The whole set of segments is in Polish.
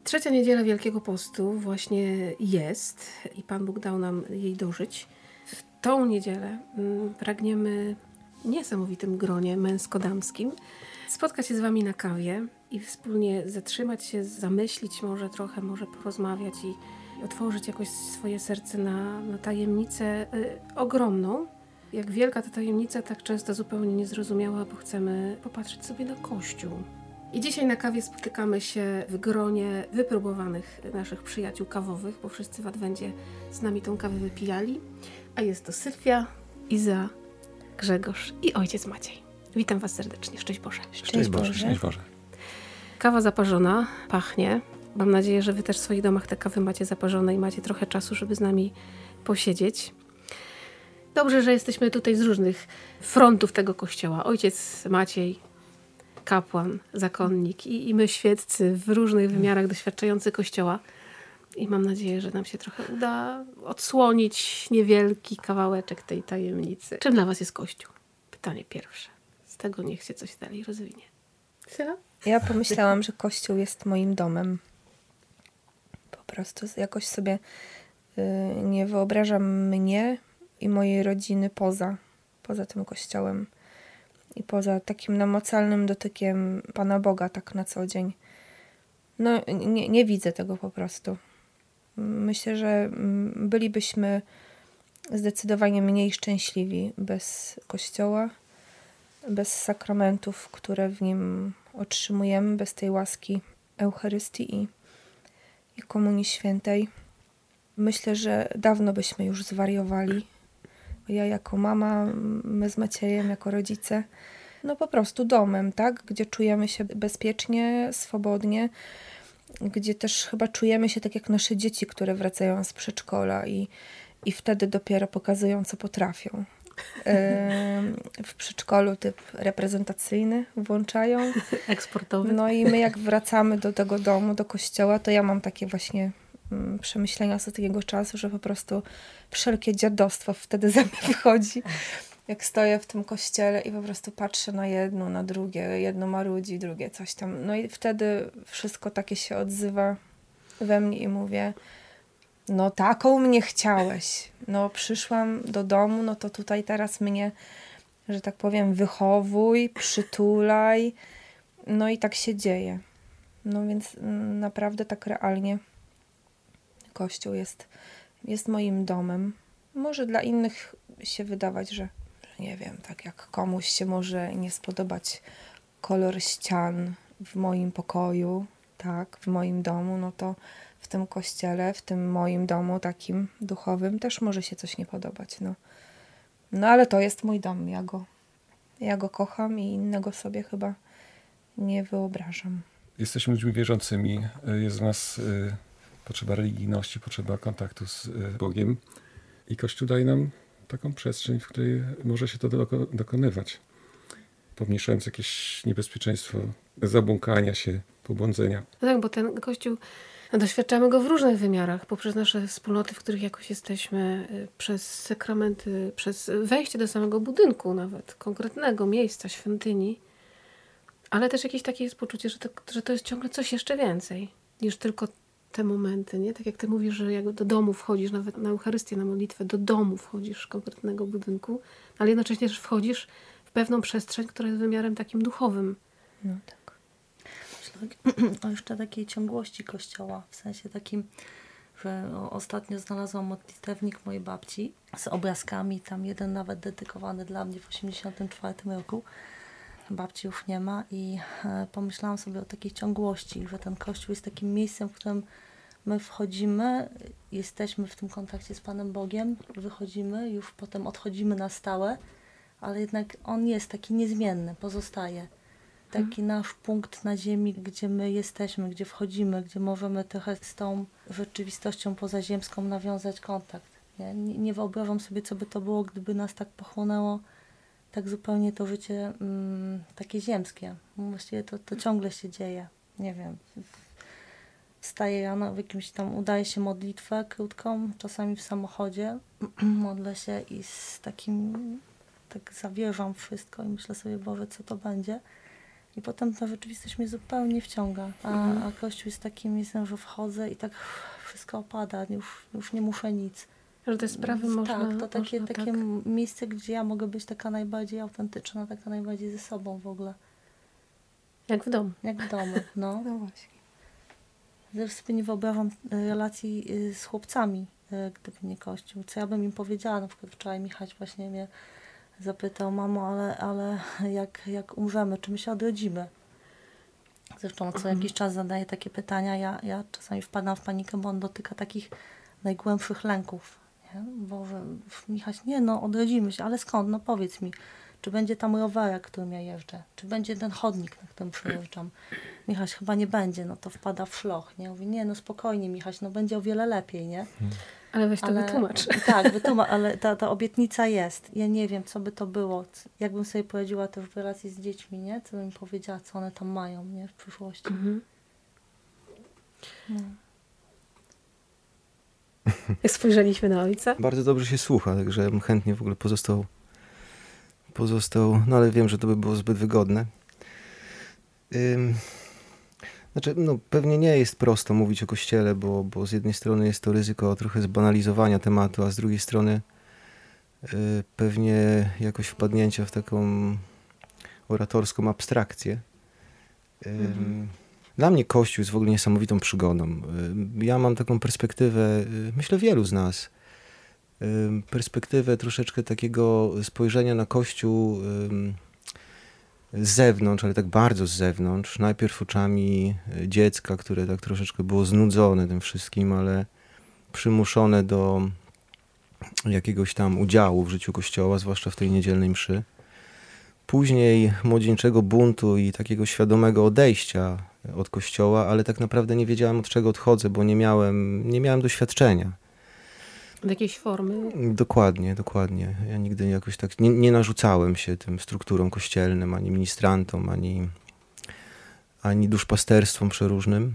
Trzecia niedziela Wielkiego Postu właśnie jest i Pan Bóg dał nam jej dożyć. W tą niedzielę pragniemy w niesamowitym gronie męsko-damskim spotkać się z Wami na kawie i wspólnie zatrzymać się, zamyślić może trochę, może porozmawiać i otworzyć jakoś swoje serce na tajemnicę ogromną. Jak wielka ta tajemnica, tak często zupełnie niezrozumiała, bo chcemy popatrzeć sobie na Kościół. I dzisiaj na kawie spotykamy się w gronie wypróbowanych naszych przyjaciół kawowych, bo wszyscy w Adwencie z nami tą kawę wypijali. A jest to Sylwia, Iza, Grzegorz i ojciec Maciej. Witam Was serdecznie. Szczęść Boże. Szczęść Boże. Szczęść Boże. Kawa zaparzona, pachnie. Mam nadzieję, że Wy też w swoich domach te kawy macie zaparzone i macie trochę czasu, żeby z nami posiedzieć. Dobrze, że jesteśmy tutaj z różnych frontów tego kościoła. Ojciec Maciej, kapłan, zakonnik i my świeccy w różnych wymiarach doświadczający Kościoła. I mam nadzieję, że nam się trochę uda odsłonić niewielki kawałeczek tej tajemnicy. Czym dla Was jest Kościół? Pytanie pierwsze. Z tego niech się coś dalej rozwinie. Syla? Ja pomyślałam, że Kościół jest moim domem. Po prostu jakoś sobie nie wyobrażam mnie i mojej rodziny poza tym Kościołem. I poza takim namacalnym dotykiem Pana Boga tak na co dzień. No nie widzę tego po prostu. Myślę, że bylibyśmy zdecydowanie mniej szczęśliwi bez Kościoła, bez sakramentów, które w nim otrzymujemy, bez tej łaski Eucharystii i Komunii Świętej. Myślę, że dawno byśmy już zwariowali. Ja jako mama, my z Maciejem jako rodzice. No po prostu domem, tak? Gdzie czujemy się bezpiecznie, swobodnie. Gdzie też chyba czujemy się tak jak nasze dzieci, które wracają z przedszkola i wtedy dopiero pokazują, co potrafią. W przedszkolu typ reprezentacyjny włączają. Eksportowy. No i my jak wracamy do tego domu, do kościoła, to ja mam takie właśnie przemyślenia z takiego czasu, że po prostu wszelkie dziadostwo wtedy ze mnie wychodzi. Jak stoję w tym kościele i po prostu patrzę na jedno, na drugie, jedno marudzi, drugie coś tam. No i wtedy wszystko takie się odzywa we mnie i mówię, no taką mnie chciałeś. No przyszłam do domu, no to tutaj teraz mnie, że tak powiem, wychowuj, przytulaj. No i tak się dzieje. No więc naprawdę tak realnie Kościół jest moim domem. Może dla innych się wydawać, że nie wiem, tak jak komuś się może nie spodobać kolor ścian w moim pokoju, tak, w moim domu, no to w tym kościele, w tym moim domu takim duchowym też może się coś nie podobać, no ale to jest mój dom, ja go kocham i innego sobie chyba nie wyobrażam. Jesteśmy ludźmi wierzącymi, jest w nas potrzeba religijności, potrzeba kontaktu z Bogiem i Kościół daje nam taką przestrzeń, w której może się to dokonywać, pomniejszając jakieś niebezpieczeństwo zabłąkania się, pobłądzenia. No tak, bo ten Kościół, doświadczamy go w różnych wymiarach, poprzez nasze wspólnoty, w których jakoś jesteśmy, przez sakramenty, przez wejście do samego budynku nawet, konkretnego miejsca, świątyni, ale też jakieś takie jest poczucie, że to jest ciągle coś jeszcze więcej niż tylko te momenty, nie? Tak jak ty mówisz, że jak do domu wchodzisz, nawet na Eucharystię, na modlitwę, do domu wchodzisz konkretnego budynku, ale jednocześnie też wchodzisz w pewną przestrzeń, która jest wymiarem takim duchowym. No tak. Myślę o jeszcze takiej ciągłości Kościoła, w sensie takim, że ostatnio znalazłam modlitewnik mojej babci z obrazkami, tam jeden nawet dedykowany dla mnie w 1984 roku. Babci już nie ma i pomyślałam sobie o takiej ciągłości, że ten Kościół jest takim miejscem, w którym my wchodzimy, jesteśmy w tym kontakcie z Panem Bogiem, wychodzimy, już potem odchodzimy na stałe, ale jednak on jest taki niezmienny, pozostaje. Taki nasz punkt na ziemi, gdzie my jesteśmy, gdzie wchodzimy, gdzie możemy trochę z tą rzeczywistością pozaziemską nawiązać kontakt. Nie wyobrażam sobie, co by to było, gdyby nas tak pochłonęło tak zupełnie to życie takie ziemskie. Właściwie to ciągle się dzieje. Nie wiem. Wstaję rano, w jakimś tam udaje się modlitwę krótką, czasami w samochodzie. Modlę się i z takim, tak zawierzam wszystko i myślę sobie, Boże, co to będzie. I potem ta rzeczywistość mnie zupełnie wciąga. A Kościół jest takim miejscem, że wchodzę i tak wszystko opada, już nie muszę nic. Że te sprawy można... Tak, to takie tak. miejsce, gdzie ja mogę być taka najbardziej autentyczna, taka najbardziej ze sobą w ogóle. Jak w domu. Jak w domu, no. No właśnie. Też sobie nie wyobrażam relacji z chłopcami, gdyby nie Kościół. Co ja bym im powiedziała? Na przykład wczoraj Michał właśnie mnie zapytał, mamo, ale jak umrzemy, czy my się odrodzimy? Zresztą co jakiś czas zadaję takie pytania. Ja czasami wpadam w panikę, bo on dotyka takich najgłębszych lęków. Nie? Bo Michał, nie no, odrodzimy się, ale skąd? No powiedz mi. Czy będzie tam rowerek, którym ja jeżdżę? Czy będzie ten chodnik, na którym przejeżdżam? Michał, chyba nie będzie, no to wpada w szloch, nie? Mówi, nie, no spokojnie Michał, no będzie o wiele lepiej, nie? Ale weź to wytłumacz. Tak, wytłumacz, ale ta obietnica jest. Ja nie wiem, co by to było. Jakbym sobie poradziła też w relacji z dziećmi, nie? Co bym im powiedziała, co one tam mają, nie? W przyszłości. No. Jak spojrzeliśmy na ojca. Bardzo dobrze się słucha, także ja bym chętnie w ogóle pozostał, no ale wiem, że to by było zbyt wygodne. Znaczy, no pewnie nie jest prosto mówić o Kościele, bo z jednej strony jest to ryzyko trochę zbanalizowania tematu, a z drugiej strony pewnie jakoś wpadnięcia w taką oratorską abstrakcję. Dla mnie Kościół jest w ogóle niesamowitą przygodą. Ja mam taką perspektywę, myślę wielu z nas, perspektywę troszeczkę takiego spojrzenia na Kościół z zewnątrz, ale tak bardzo z zewnątrz. Najpierw oczami dziecka, które tak troszeczkę było znudzone tym wszystkim, ale przymuszone do jakiegoś tam udziału w życiu Kościoła, zwłaszcza w tej niedzielnej mszy. Później młodzieńczego buntu i takiego świadomego odejścia od Kościoła, ale tak naprawdę nie wiedziałem, od czego odchodzę, bo nie miałem doświadczenia. Od jakiejś formy. Dokładnie. Ja nigdy jakoś tak nie narzucałem się tym strukturom kościelnym, ani ministrantom, ani duszpasterstwom przeróżnym.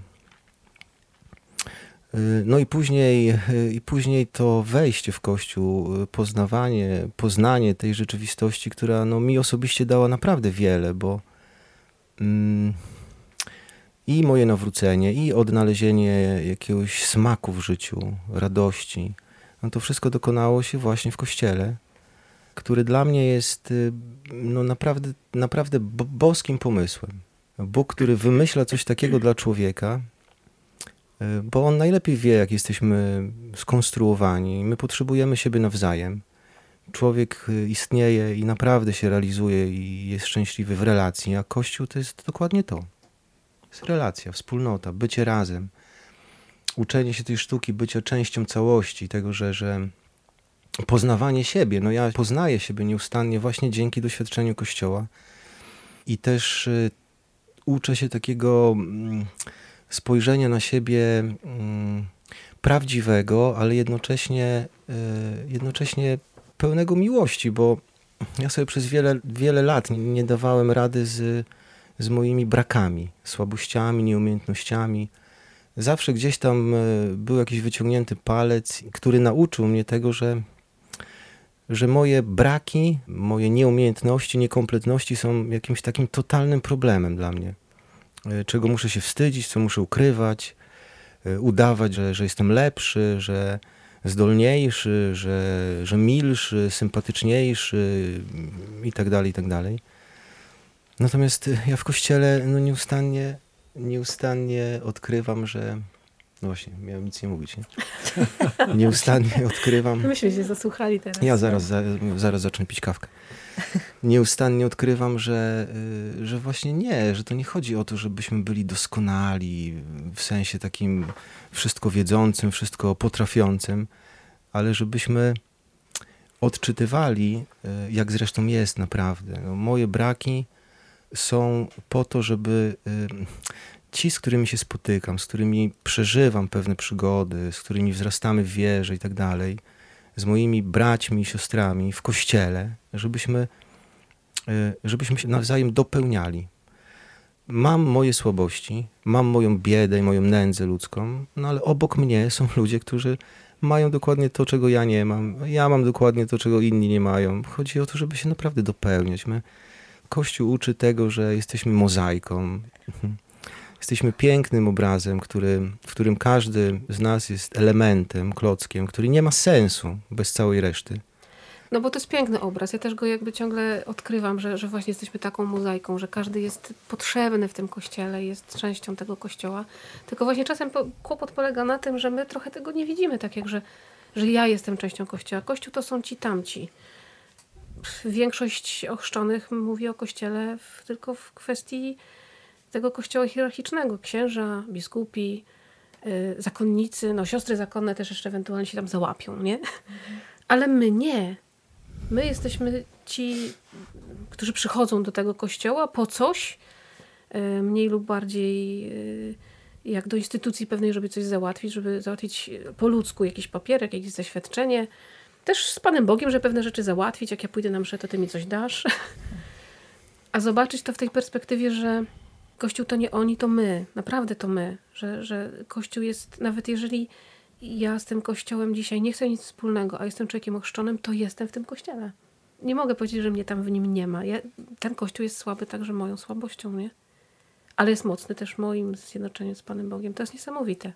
No i później to wejście w Kościół, poznanie tej rzeczywistości, która no, mi osobiście dała naprawdę wiele, bo i moje nawrócenie, i odnalezienie jakiegoś smaku w życiu, radości, no to wszystko dokonało się właśnie w Kościele, który dla mnie jest no naprawdę boskim pomysłem. Bóg, który wymyśla coś takiego dla człowieka, bo On najlepiej wie, jak jesteśmy skonstruowani. My potrzebujemy siebie nawzajem. Człowiek istnieje i naprawdę się realizuje i jest szczęśliwy w relacji, a Kościół to jest dokładnie to. To jest relacja, wspólnota, bycie razem. Uczenie się tej sztuki, bycia częścią całości, tego, że poznawanie siebie. No ja poznaję siebie nieustannie właśnie dzięki doświadczeniu Kościoła i też uczę się takiego spojrzenia na siebie prawdziwego, ale jednocześnie pełnego miłości, bo ja sobie przez wiele lat nie dawałem rady z moimi brakami, słabościami, nieumiejętnościami. Zawsze gdzieś tam był jakiś wyciągnięty palec, który nauczył mnie tego, że moje braki, moje nieumiejętności, niekompletności są jakimś takim totalnym problemem dla mnie. Czego muszę się wstydzić, co muszę ukrywać, udawać, że jestem lepszy, że zdolniejszy, że milszy, sympatyczniejszy i tak dalej. Natomiast ja w Kościele no nieustannie odkrywam, że... No właśnie, miałem nic nie mówić, nie? Nieustannie odkrywam... Myśmy się zasłuchali teraz. Ja zaraz zacznę pić kawkę. Nieustannie odkrywam, że właśnie nie, że to nie chodzi o to, żebyśmy byli doskonali w sensie takim wszystko wiedzącym, wszystko potrafiącym, ale żebyśmy odczytywali, jak zresztą jest naprawdę. No, moje braki są po to, żeby ci, z którymi się spotykam, z którymi przeżywam pewne przygody, z którymi wzrastamy w wierze i tak dalej, z moimi braćmi i siostrami w Kościele, żebyśmy się nawzajem dopełniali. Mam moje słabości, mam moją biedę i moją nędzę ludzką, no ale obok mnie są ludzie, którzy mają dokładnie to, czego ja nie mam. Ja mam dokładnie to, czego inni nie mają. Chodzi o to, żeby się naprawdę dopełniać. Kościół uczy tego, że jesteśmy mozaiką. Jesteśmy pięknym obrazem, w którym każdy z nas jest elementem, klockiem, który nie ma sensu bez całej reszty. No bo to jest piękny obraz. Ja też go jakby ciągle odkrywam, że właśnie jesteśmy taką mozaiką, że każdy jest potrzebny w tym kościele, jest częścią tego kościoła. Tylko właśnie czasem kłopot polega na tym, że my trochę tego nie widzimy, tak jak, że ja jestem częścią kościoła. Kościół to są ci tamci. Większość ochrzczonych mówi o kościele tylko w kwestii tego kościoła hierarchicznego. Księża, biskupi, zakonnicy, no siostry zakonne też jeszcze ewentualnie się tam załapią, nie? Ale my nie. My jesteśmy ci, którzy przychodzą do tego kościoła po coś, mniej lub bardziej jak do instytucji pewnej, żeby coś załatwić, żeby załatwić po ludzku jakiś papierek, jakieś zaświadczenie. Też z Panem Bogiem, że pewne rzeczy załatwić. Jak ja pójdę na mszę, to ty mi coś dasz. A zobaczyć to w tej perspektywie, że Kościół to nie oni, to my. Naprawdę to my. Że Kościół jest, nawet jeżeli ja z tym Kościołem dzisiaj nie chcę nic wspólnego, a jestem człowiekiem ochrzczonym, to jestem w tym Kościele. Nie mogę powiedzieć, że mnie tam w nim nie ma. Ten Kościół jest słaby także moją słabością, nie? Ale jest mocny też moim zjednoczeniem z Panem Bogiem. To jest niesamowite.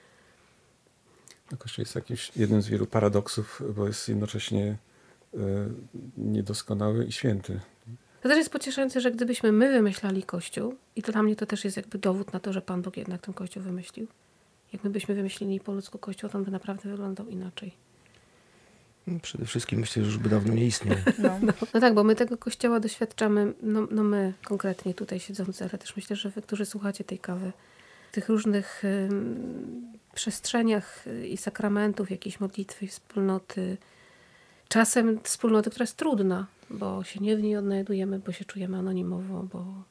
No, Kościół jest jednym z wielu paradoksów, bo jest jednocześnie niedoskonały i święty. To też jest pocieszające, że gdybyśmy my wymyślali Kościół, i to dla mnie to też jest jakby dowód na to, że Pan Bóg jednak ten Kościół wymyślił. Jak my byśmy wymyślili po ludzku Kościół, to on by naprawdę wyglądał inaczej. Przede wszystkim myślę, że już by dawno nie istniał. No tak, bo my tego Kościoła doświadczamy, no my konkretnie tutaj siedzący, ale też myślę, że wy, którzy słuchacie tej kawy, w tych różnych przestrzeniach i sakramentów, jakiejś modlitwy, wspólnoty, czasem wspólnoty, która jest trudna, bo się nie w niej odnajdujemy, bo się czujemy anonimowo,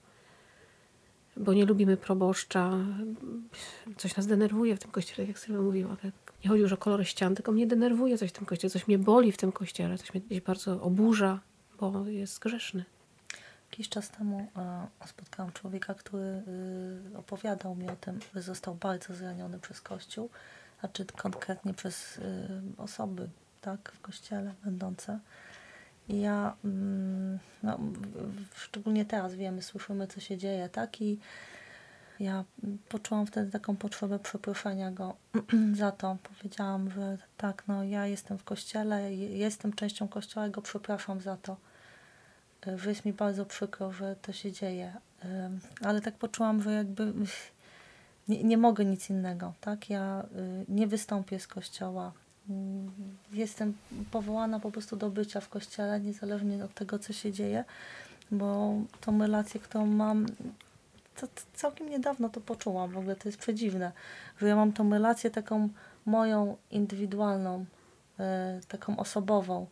bo nie lubimy proboszcza, coś nas denerwuje w tym kościele, jak Sylwia mówiła. Tak? Nie chodzi już o kolory ścian, tylko mnie denerwuje coś w tym kościele, coś mnie boli w tym kościele, coś mnie gdzieś bardzo oburza, bo jest grzeszny. Jakiś czas temu spotkałam człowieka, który opowiadał mi o tym, że został bardzo zraniony przez Kościół, a czy konkretnie przez osoby, tak, w Kościele będące. I ja, no, szczególnie teraz wiemy, słyszymy, co się dzieje, tak, i ja poczułam wtedy taką potrzebę przeproszenia go za to. Powiedziałam, że tak, no ja jestem w Kościele, jestem częścią Kościoła i go przepraszam za to, że jest mi bardzo przykro, że to się dzieje. Ale tak poczułam, że jakby nie mogę nic innego, tak, ja nie wystąpię z Kościoła. Jestem powołana po prostu do bycia w Kościele, niezależnie od tego, co się dzieje, bo tą relację, którą mam, to całkiem niedawno to poczułam, w ogóle to jest przedziwne, że ja mam tą relację taką moją indywidualną, taką osobową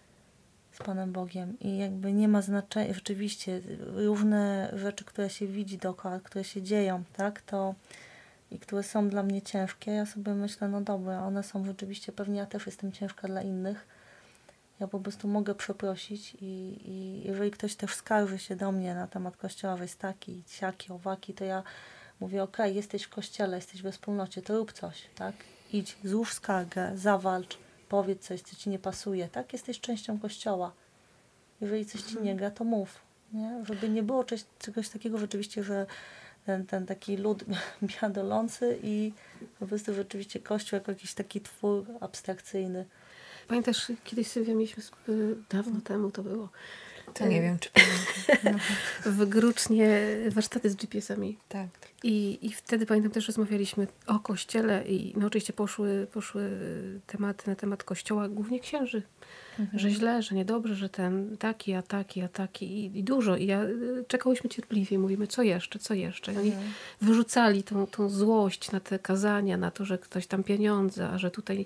z Panem Bogiem i jakby nie ma znaczenia, rzeczywiście różne rzeczy, które się widzi dookoła, które się dzieją, tak, to i które są dla mnie ciężkie, ja sobie myślę, no dobra, one są rzeczywiście, pewnie ja też jestem ciężka dla innych. Ja po prostu mogę przeprosić i jeżeli ktoś też skarży się do mnie na temat Kościoła, że jest taki, siaki, owaki, to ja mówię, okej, jesteś w Kościele, jesteś we wspólnocie, to rób coś, tak? Idź, złóż skargę, zawalcz, powiedz coś, co ci nie pasuje, tak? Jesteś częścią Kościoła. Jeżeli coś ci nie gra, to mów, nie? Żeby nie było czegoś takiego rzeczywiście, że ten taki lud biadolący i po prostu rzeczywiście Kościół jako jakiś taki twór abstrakcyjny. Pamiętasz, kiedyś Sylwia mieliśmy, dawno temu to było. To nie wiem, czy pamiętam. W Grucznie warsztaty z GPS-ami. Tak. I wtedy pamiętam też rozmawialiśmy o Kościele i no oczywiście poszły tematy na temat Kościoła, głównie księży. Że źle, że niedobrze, że ten taki, a taki i dużo. I czekałyśmy cierpliwie, mówimy, co jeszcze. I oni wyrzucali tą złość na te kazania, na to, że ktoś tam pieniądze, a że tutaj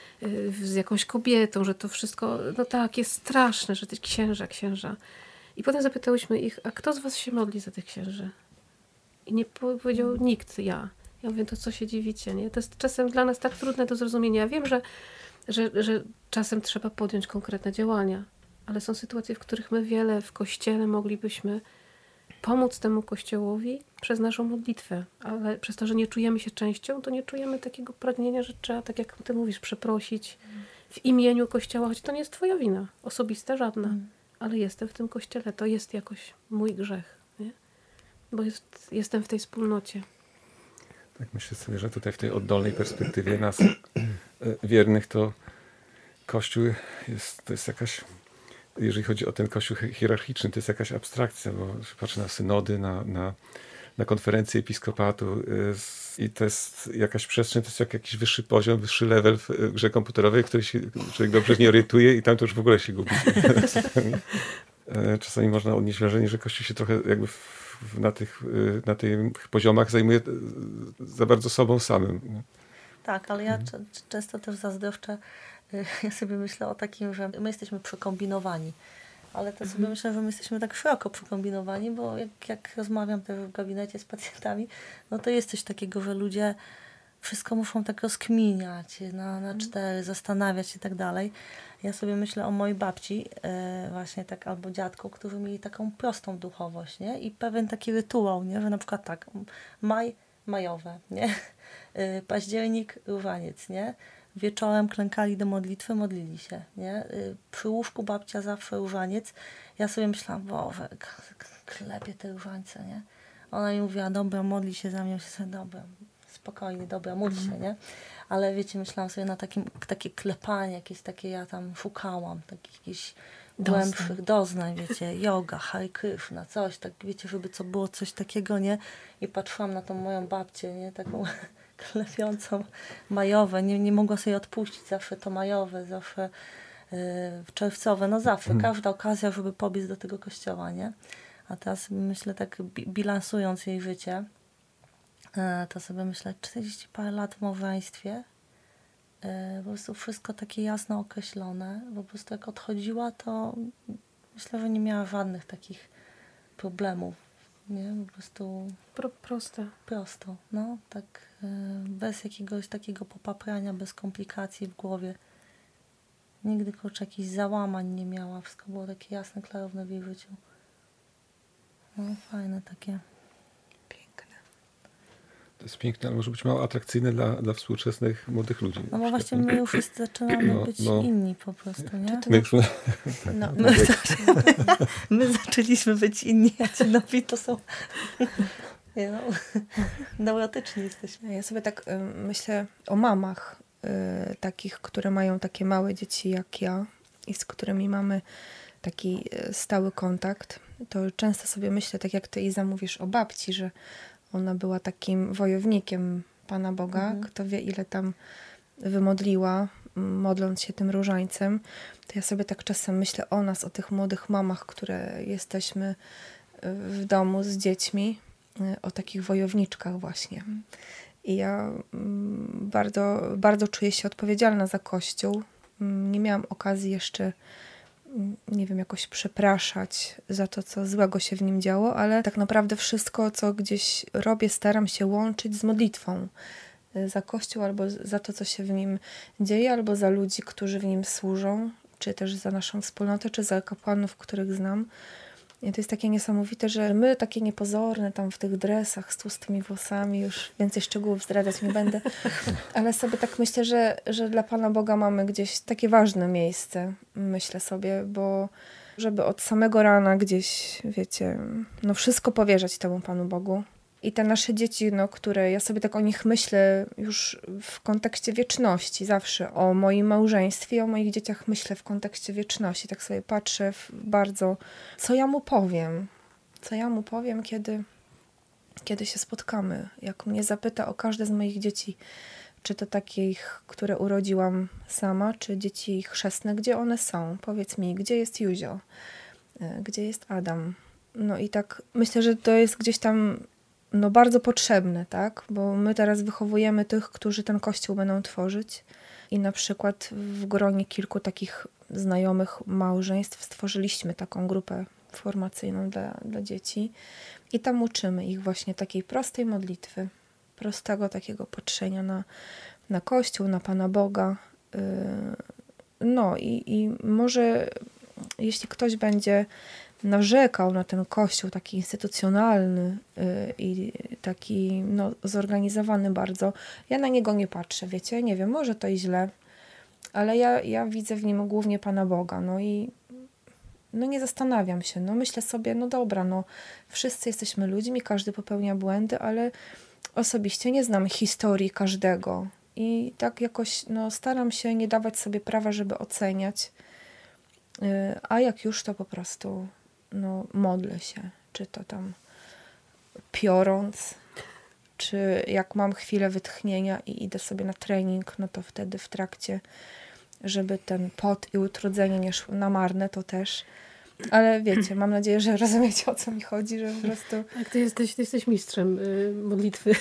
z jakąś kobietą, że to wszystko, no tak, jest straszne, że te księża. I potem zapytałyśmy ich, a kto z was się modli za tych księży? I nie powiedział nikt, ja. Ja mówię, to co się dziwicie, nie? To jest czasem dla nas tak trudne do zrozumienia. Ja wiem, że czasem trzeba podjąć konkretne działania, ale są sytuacje, w których my wiele w Kościele moglibyśmy pomóc temu Kościołowi przez naszą modlitwę, ale przez to, że nie czujemy się częścią, to nie czujemy takiego pragnienia, że trzeba, tak jak ty mówisz, przeprosić w imieniu Kościoła, choć to nie jest twoja wina, osobista żadna, ale jestem w tym kościele, to jest jakoś mój grzech, nie? Bo jestem w tej wspólnocie. Tak, myślę sobie, że tutaj w tej oddolnej perspektywie nas wiernych to Kościół to jest jakaś, jeżeli chodzi o ten Kościół hierarchiczny, to jest jakaś abstrakcja, bo się patrzy na synody, na konferencję episkopatu i to jest jakaś przestrzeń, to jest jak jakiś wyższy poziom, wyższy level w grze komputerowej, w której się człowiek dobrze nie orientuje i tam to już w ogóle się gubi. Czasami można odnieść wrażenie, że Kościół się trochę jakby na tych poziomach zajmuje za bardzo sobą samym. Tak, ale ja często też zazdroszczę. Ja sobie myślę o takim, że my jesteśmy przekombinowani. Ale to sobie myślę, że my jesteśmy tak szeroko przekombinowani, bo jak rozmawiam też w gabinecie z pacjentami, no to jest coś takiego, że ludzie wszystko muszą tak rozkminiać, na 4, zastanawiać się i tak dalej. Ja sobie myślę o mojej babci, właśnie tak, albo dziadku, którzy mieli taką prostą duchowość, nie? I pewien taki rytuał, nie? Że na przykład tak, majowe, nie? Październik, różaniec, nie? Wieczorem klękali do modlitwy, modlili się, nie? Przy łóżku babcia zawsze różaniec. Ja sobie myślałam, Boże, klepie te różańce, nie? Ona mi mówiła, dobra, modli się za mnie. Ja sobie, dobra, spokojnie, dobra, módl się, nie? Ale wiecie, myślałam sobie na takie klepanie, jakieś takie, ja tam szukałam, takich jakichś głębszych doznań, wiecie, yoga, Hare Krishna, coś, tak, wiecie, żeby było coś takiego, nie? I patrzyłam na tą moją babcię, nie? Taką klepiącą majowe, nie mogła sobie odpuścić, zawsze to majowe, zawsze czerwcowe, no zawsze, każda okazja, żeby pobiec do tego kościoła, nie? A teraz myślę tak, bilansując jej życie, to sobie myślę, 40 parę lat w małżeństwie, po prostu wszystko takie jasno określone, po prostu jak odchodziła, to myślę, że nie miała żadnych takich problemów, nie? Po prostu prosto, no, tak bez jakiegoś takiego popaprania, bez komplikacji w głowie. Nigdy kurczę jakichś załamań nie miała, wszystko było takie jasne, klarowne w jej życiu. No, fajne takie. To jest piękne, ale może być mało atrakcyjne dla współczesnych młodych ludzi. No bo właśnie my już zaczynamy być inni po prostu, nie? My zaczęliśmy być inni, a ci nowi to są neurotyczni jesteśmy. Ja sobie tak myślę o mamach takich, które mają takie małe dzieci jak ja i z którymi mamy taki stały kontakt. To często sobie myślę, tak jak ty, Iza, mówisz o babci, że ona była takim wojownikiem Pana Boga. Kto wie, ile tam wymodliła, modląc się tym różańcem. To ja sobie tak czasem myślę o nas, o tych młodych mamach, które jesteśmy w domu z dziećmi, o takich wojowniczkach właśnie. I ja bardzo, bardzo czuję się odpowiedzialna za Kościół. Nie miałam okazji jeszcze, nie wiem, jakoś przepraszać za to, co złego się w nim działo, ale tak naprawdę wszystko, co gdzieś robię, staram się łączyć z modlitwą za Kościół, albo za to, co się w nim dzieje, albo za ludzi, którzy w nim służą, czy też za naszą wspólnotę, czy za kapłanów, których znam. I to jest takie niesamowite, że my takie niepozorne tam w tych dresach z tłustymi włosami, już więcej szczegółów zdradzać nie będę, ale sobie tak myślę, że dla Pana Boga mamy gdzieś takie ważne miejsce, myślę sobie, bo żeby od samego rana gdzieś, wiecie, no wszystko powierzać temu Panu Bogu. I te nasze dzieci, no, które ja sobie tak o nich myślę już w kontekście wieczności, zawsze o moim małżeństwie, o moich dzieciach myślę w kontekście wieczności. Tak sobie patrzę bardzo, co ja mu powiem, kiedy się spotkamy. Jak mnie zapyta o każde z moich dzieci, czy to takich, które urodziłam sama, czy dzieci chrzestne, gdzie one są? Powiedz mi, gdzie jest Józio? Gdzie jest Adam? No i tak myślę, że to jest gdzieś tam no bardzo potrzebne, tak? Bo my teraz wychowujemy tych, którzy ten Kościół będą tworzyć i na przykład w gronie kilku takich znajomych małżeństw stworzyliśmy taką grupę formacyjną dla dzieci i tam uczymy ich właśnie takiej prostej modlitwy, prostego takiego patrzenia na Kościół, na Pana Boga. No i może jeśli ktoś będzie narzekał na ten Kościół taki instytucjonalny i taki no, zorganizowany bardzo, ja na niego nie patrzę, wiecie, nie wiem, może to i źle, ale ja widzę w nim głównie Pana Boga, no i no nie zastanawiam się. No myślę sobie, no dobra, no wszyscy jesteśmy ludźmi, każdy popełnia błędy, ale osobiście nie znam historii każdego. I tak jakoś no, staram się nie dawać sobie prawa, żeby oceniać. A jak już, to po prostu no, modlę się. Czy to tam piorąc, czy jak mam chwilę wytchnienia i idę sobie na trening, no to wtedy w trakcie, żeby ten pot i utrudzenie nie szły na marne, to też. Ale wiecie, mam nadzieję, że rozumiecie, o co mi chodzi, że po prostu... Tak, ty jesteś mistrzem modlitwy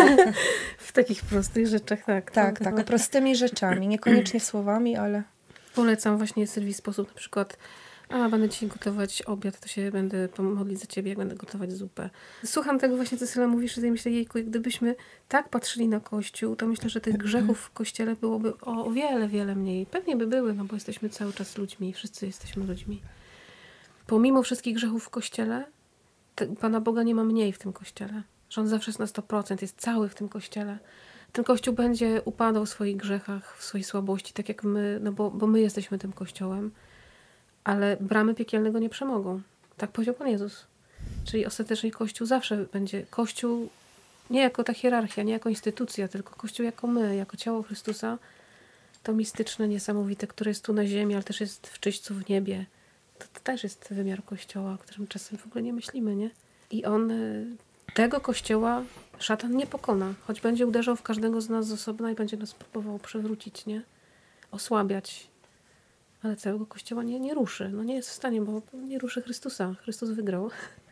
w takich prostych rzeczach, tak. Tak, prostymi rzeczami, niekoniecznie słowami, ale... Polecam właśnie Sylwii sposób, na przykład będę ci gotować obiad, to się będę pomodlić za ciebie, jak będę gotować zupę. Słucham tego właśnie, co Syla mówisz, i myślę, jejku, gdybyśmy tak patrzyli na Kościół, to myślę, że tych grzechów w Kościele byłoby o wiele, wiele mniej. Pewnie by były, no bo jesteśmy cały czas ludźmi, wszyscy jesteśmy ludźmi. Pomimo wszystkich grzechów w Kościele, Pana Boga nie ma mniej w tym Kościele. Że On zawsze jest na 100%, jest cały w tym Kościele. Ten Kościół będzie upadał w swoich grzechach, w swojej słabości, tak jak my, no bo my jesteśmy tym Kościołem. Ale bramy piekielne go nie przemogą. Tak powiedział Pan Jezus. Czyli ostatecznie Kościół zawsze będzie Kościół nie jako ta hierarchia, nie jako instytucja, tylko Kościół jako my, jako ciało Chrystusa. To mistyczne, niesamowite, które jest tu na ziemi, ale też jest w czyśćcu w niebie. To też jest wymiar Kościoła, o którym czasem w ogóle nie myślimy, nie? I on tego Kościoła szatan nie pokona. Choć będzie uderzał w każdego z nas z osobna i będzie nas próbował przewrócić, nie? Osłabiać. Ale całego Kościoła nie ruszy. No nie jest w stanie, bo nie ruszy Chrystusa. Chrystus wygrał.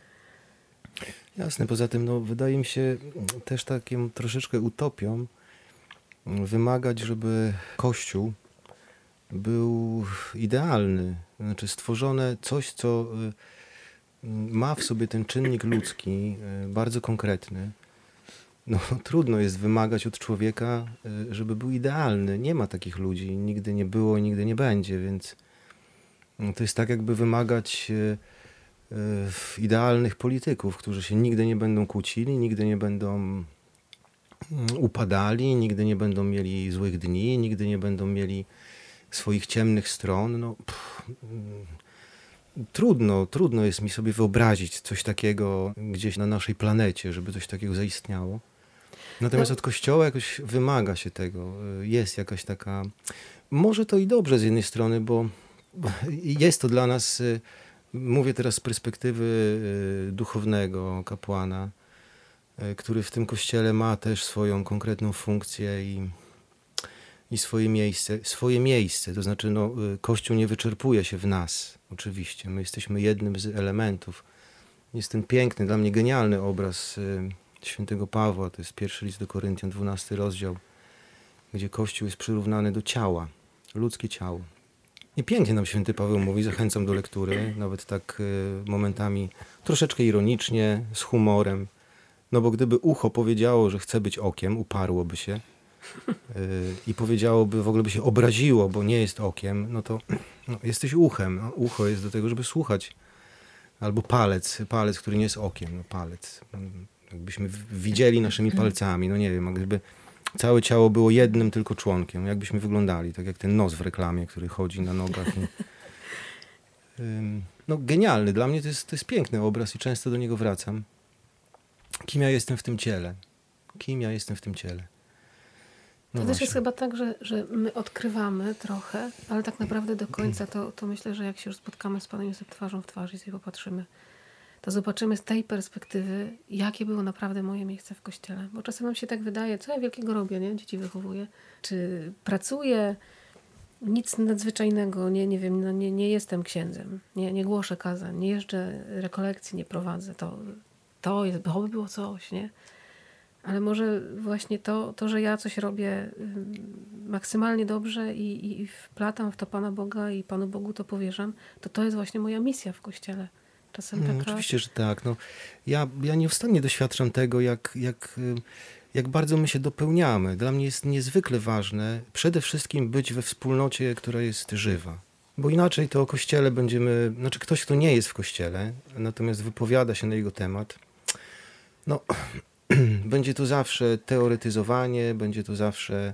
Jasne, poza tym no, wydaje mi się też taką troszeczkę utopią wymagać, żeby Kościół był idealny. Znaczy stworzone coś, co ma w sobie ten czynnik ludzki, bardzo konkretny. No, trudno jest wymagać od człowieka, żeby był idealny. Nie ma takich ludzi. Nigdy nie było i nigdy nie będzie, więc to jest tak, jakby wymagać idealnych polityków, którzy się nigdy nie będą kłócili, nigdy nie będą upadali, nigdy nie będą mieli złych dni, nigdy nie będą mieli swoich ciemnych stron. No, trudno jest mi sobie wyobrazić coś takiego gdzieś na naszej planecie, żeby coś takiego zaistniało. Natomiast od Kościoła jakoś wymaga się tego. Jest jakaś taka... Może to i dobrze z jednej strony, bo jest to dla nas, mówię teraz z perspektywy duchownego kapłana, który w tym Kościele ma też swoją konkretną funkcję i swoje miejsce. To znaczy no, Kościół nie wyczerpuje się w nas, oczywiście. My jesteśmy jednym z elementów. Jest ten piękny, dla mnie genialny obraz świętego Pawła, to jest pierwszy list do Koryntian, 12 rozdział, gdzie Kościół jest przyrównany do ciała, ludzkie ciało. I pięknie nam święty Paweł mówi, zachęcam do lektury, nawet tak momentami troszeczkę ironicznie, z humorem, no bo gdyby ucho powiedziało, że chce być okiem, uparłoby się i powiedziałoby, w ogóle by się obraziło, bo nie jest okiem, no to no, jesteś uchem, no, ucho jest do tego, żeby słuchać. Albo palec, który nie jest okiem, no palec. Jakbyśmy widzieli naszymi palcami, no nie wiem, a gdyby całe ciało było jednym tylko członkiem, jakbyśmy wyglądali, tak jak ten nos w reklamie, który chodzi na nogach. No genialny, dla mnie to jest piękny obraz i często do niego wracam. Kim ja jestem w tym ciele? Kim ja jestem w tym ciele? No to też jest chyba tak, że my odkrywamy trochę, ale tak naprawdę do końca to myślę, że jak się już spotkamy z Panem Jezusem twarzą w twarz i sobie popatrzymy, to zobaczymy z tej perspektywy, jakie było naprawdę moje miejsce w Kościele. Bo czasem nam się tak wydaje, co ja wielkiego robię, nie? Dzieci wychowuję, czy pracuję, nic nadzwyczajnego, nie wiem, no nie jestem księdzem, nie głoszę kazań, nie jeżdżę rekolekcji, nie prowadzę, to jest, by było coś, nie? Ale może właśnie to, że ja coś robię maksymalnie dobrze i wplatam w to Pana Boga i Panu Bogu to powierzam, to jest właśnie moja misja w Kościele. Czasem taka... Oczywiście, że tak. No, ja nieustannie doświadczam tego, jak bardzo my się dopełniamy. Dla mnie jest niezwykle ważne przede wszystkim być we wspólnocie, która jest żywa. Bo inaczej to o Kościele będziemy... Znaczy ktoś, kto nie jest w Kościele, natomiast wypowiada się na jego temat, no... Będzie to zawsze teoretyzowanie, będzie to zawsze,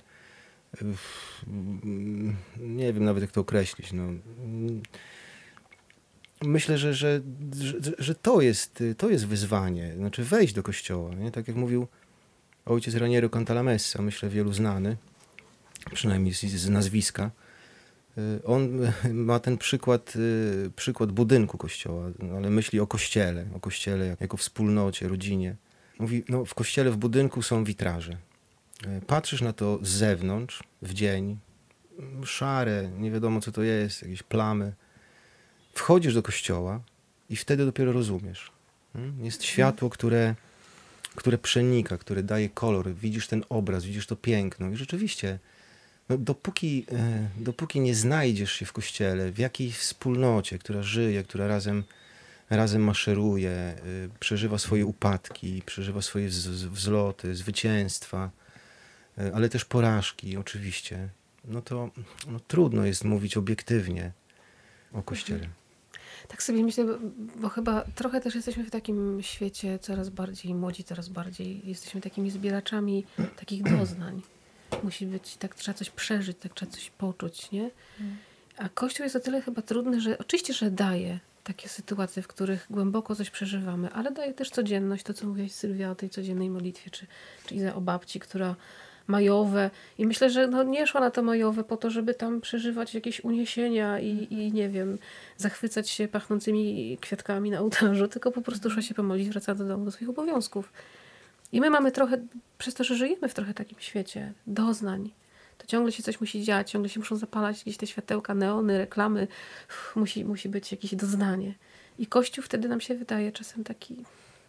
nie wiem nawet jak to określić, no, myślę, że to jest wyzwanie. Znaczy wejść do kościoła. Nie? Tak jak mówił ojciec Raniero Cantalamessa, myślę wielu znany, przynajmniej z nazwiska. On ma ten przykład budynku kościoła, ale myśli o kościele jako wspólnocie, rodzinie. Mówi, no w kościele, w budynku są witraże. Patrzysz na to z zewnątrz, w dzień, szare, nie wiadomo co to jest, jakieś plamy. Wchodzisz do kościoła i wtedy dopiero rozumiesz. Jest światło, które przenika, które daje kolor. Widzisz ten obraz, widzisz to piękno. I rzeczywiście, no, dopóki nie znajdziesz się w kościele, w jakiejś wspólnocie, która żyje, która razem maszeruje, przeżywa swoje upadki, przeżywa swoje wzloty, zwycięstwa, ale też porażki oczywiście, no to trudno jest mówić obiektywnie o kościele. Tak sobie myślę, bo chyba trochę też jesteśmy w takim świecie coraz bardziej młodzi, coraz bardziej jesteśmy takimi zbieraczami takich doznań. Musi być, tak trzeba coś przeżyć, tak trzeba coś poczuć, nie? A Kościół jest o tyle chyba trudny, że oczywiście, że daje takie sytuacje, w których głęboko coś przeżywamy, ale daje też codzienność, to co mówiłaś Sylwia o tej codziennej modlitwie, czy Iza o babci, która majowe. I myślę, że no nie szła na to majowe po to, żeby tam przeżywać jakieś uniesienia i nie wiem, zachwycać się pachnącymi kwiatkami na ołtarzu, tylko po prostu szła się pomodlić, wraca do domu, do swoich obowiązków. I my mamy trochę, przez to, że żyjemy w trochę takim świecie doznań, to ciągle się coś musi dziać, ciągle się muszą zapalać jakieś te światełka, neony, reklamy. Musi być jakieś doznanie. I Kościół wtedy nam się wydaje czasem taki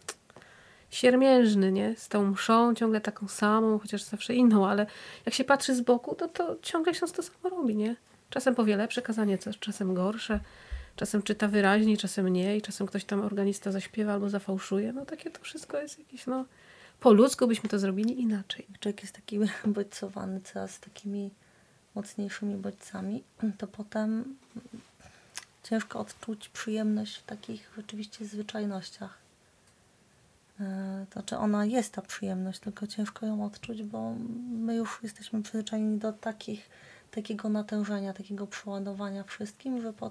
siermiężny, nie? Z tą mszą ciągle taką samą, chociaż zawsze inną, ale jak się patrzy z boku, to ciągle się to samo robi, nie? Czasem powie lepsze kazanie, czasem gorsze, czasem czyta wyraźniej, czasem nie i czasem ktoś tam organista zaśpiewa albo zafałszuje. No takie to wszystko jest jakieś, no po ludzku byśmy to zrobili inaczej. Człowiek jest taki bodźcowany coraz takimi mocniejszymi bodźcami, to potem ciężko odczuć przyjemność w takich rzeczywiście zwyczajnościach. To znaczy ona jest ta przyjemność, tylko ciężko ją odczuć, bo my już jesteśmy przyzwyczajeni do takiego natężenia, takiego przeładowania wszystkim, że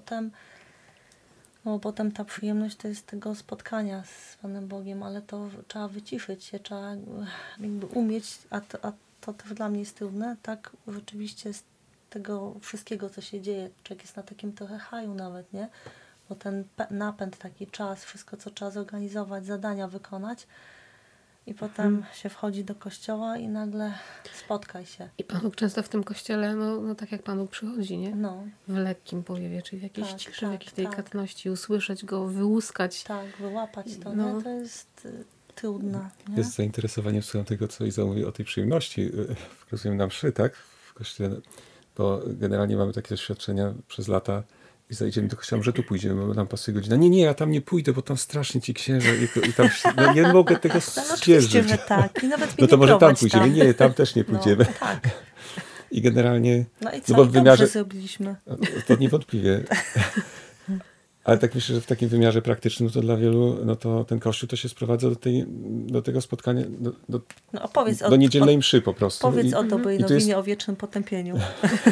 potem ta przyjemność to jest tego spotkania z Panem Bogiem, ale to trzeba wyciszyć się, trzeba jakby umieć, a to też dla mnie jest trudne, tak rzeczywiście z tego wszystkiego, co się dzieje, człowiek jest na takim trochę haju nawet, nie? Bo ten napęd, taki czas, wszystko, co trzeba zorganizować, zadania wykonać i potem się wchodzi do kościoła i nagle spotkaj się. I Pan Bóg często w tym kościele, no tak jak Pan Bóg przychodzi, nie? No. W lekkim powiewie, czyli w jakiejś ciszy, w jakiejś delikatności, tak. usłyszeć go, wyłuskać. Tak, wyłapać to, no. nie? To jest trudne. Nie? Jest zainteresowanie w tego, co Iza mówi o tej przyjemności. Rozumiem na mszy, tak? W kościele. Bo generalnie mamy takie doświadczenia przez lata i zajdziemy do kościoła, że tu pójdziemy, bo nam pasuje godzina. Nie, ja tam nie pójdę, bo tam strasznie ci księża i tam no, nie mogę tego stwierdzić. Oczywiście, że tak. I nawet no to może tam pójdziemy. Tam. Nie, tam też nie pójdziemy. No, tak. I generalnie... No i co? bo I w wymiarze zrobiliśmy. To niewątpliwie. Ale tak myślę, że w takim wymiarze praktycznym to dla wielu, no to ten kościół to się sprowadza do tego spotkania, do niedzielnej mszy po prostu. Powiedz o dobrej nowinie, o wiecznym potępieniu.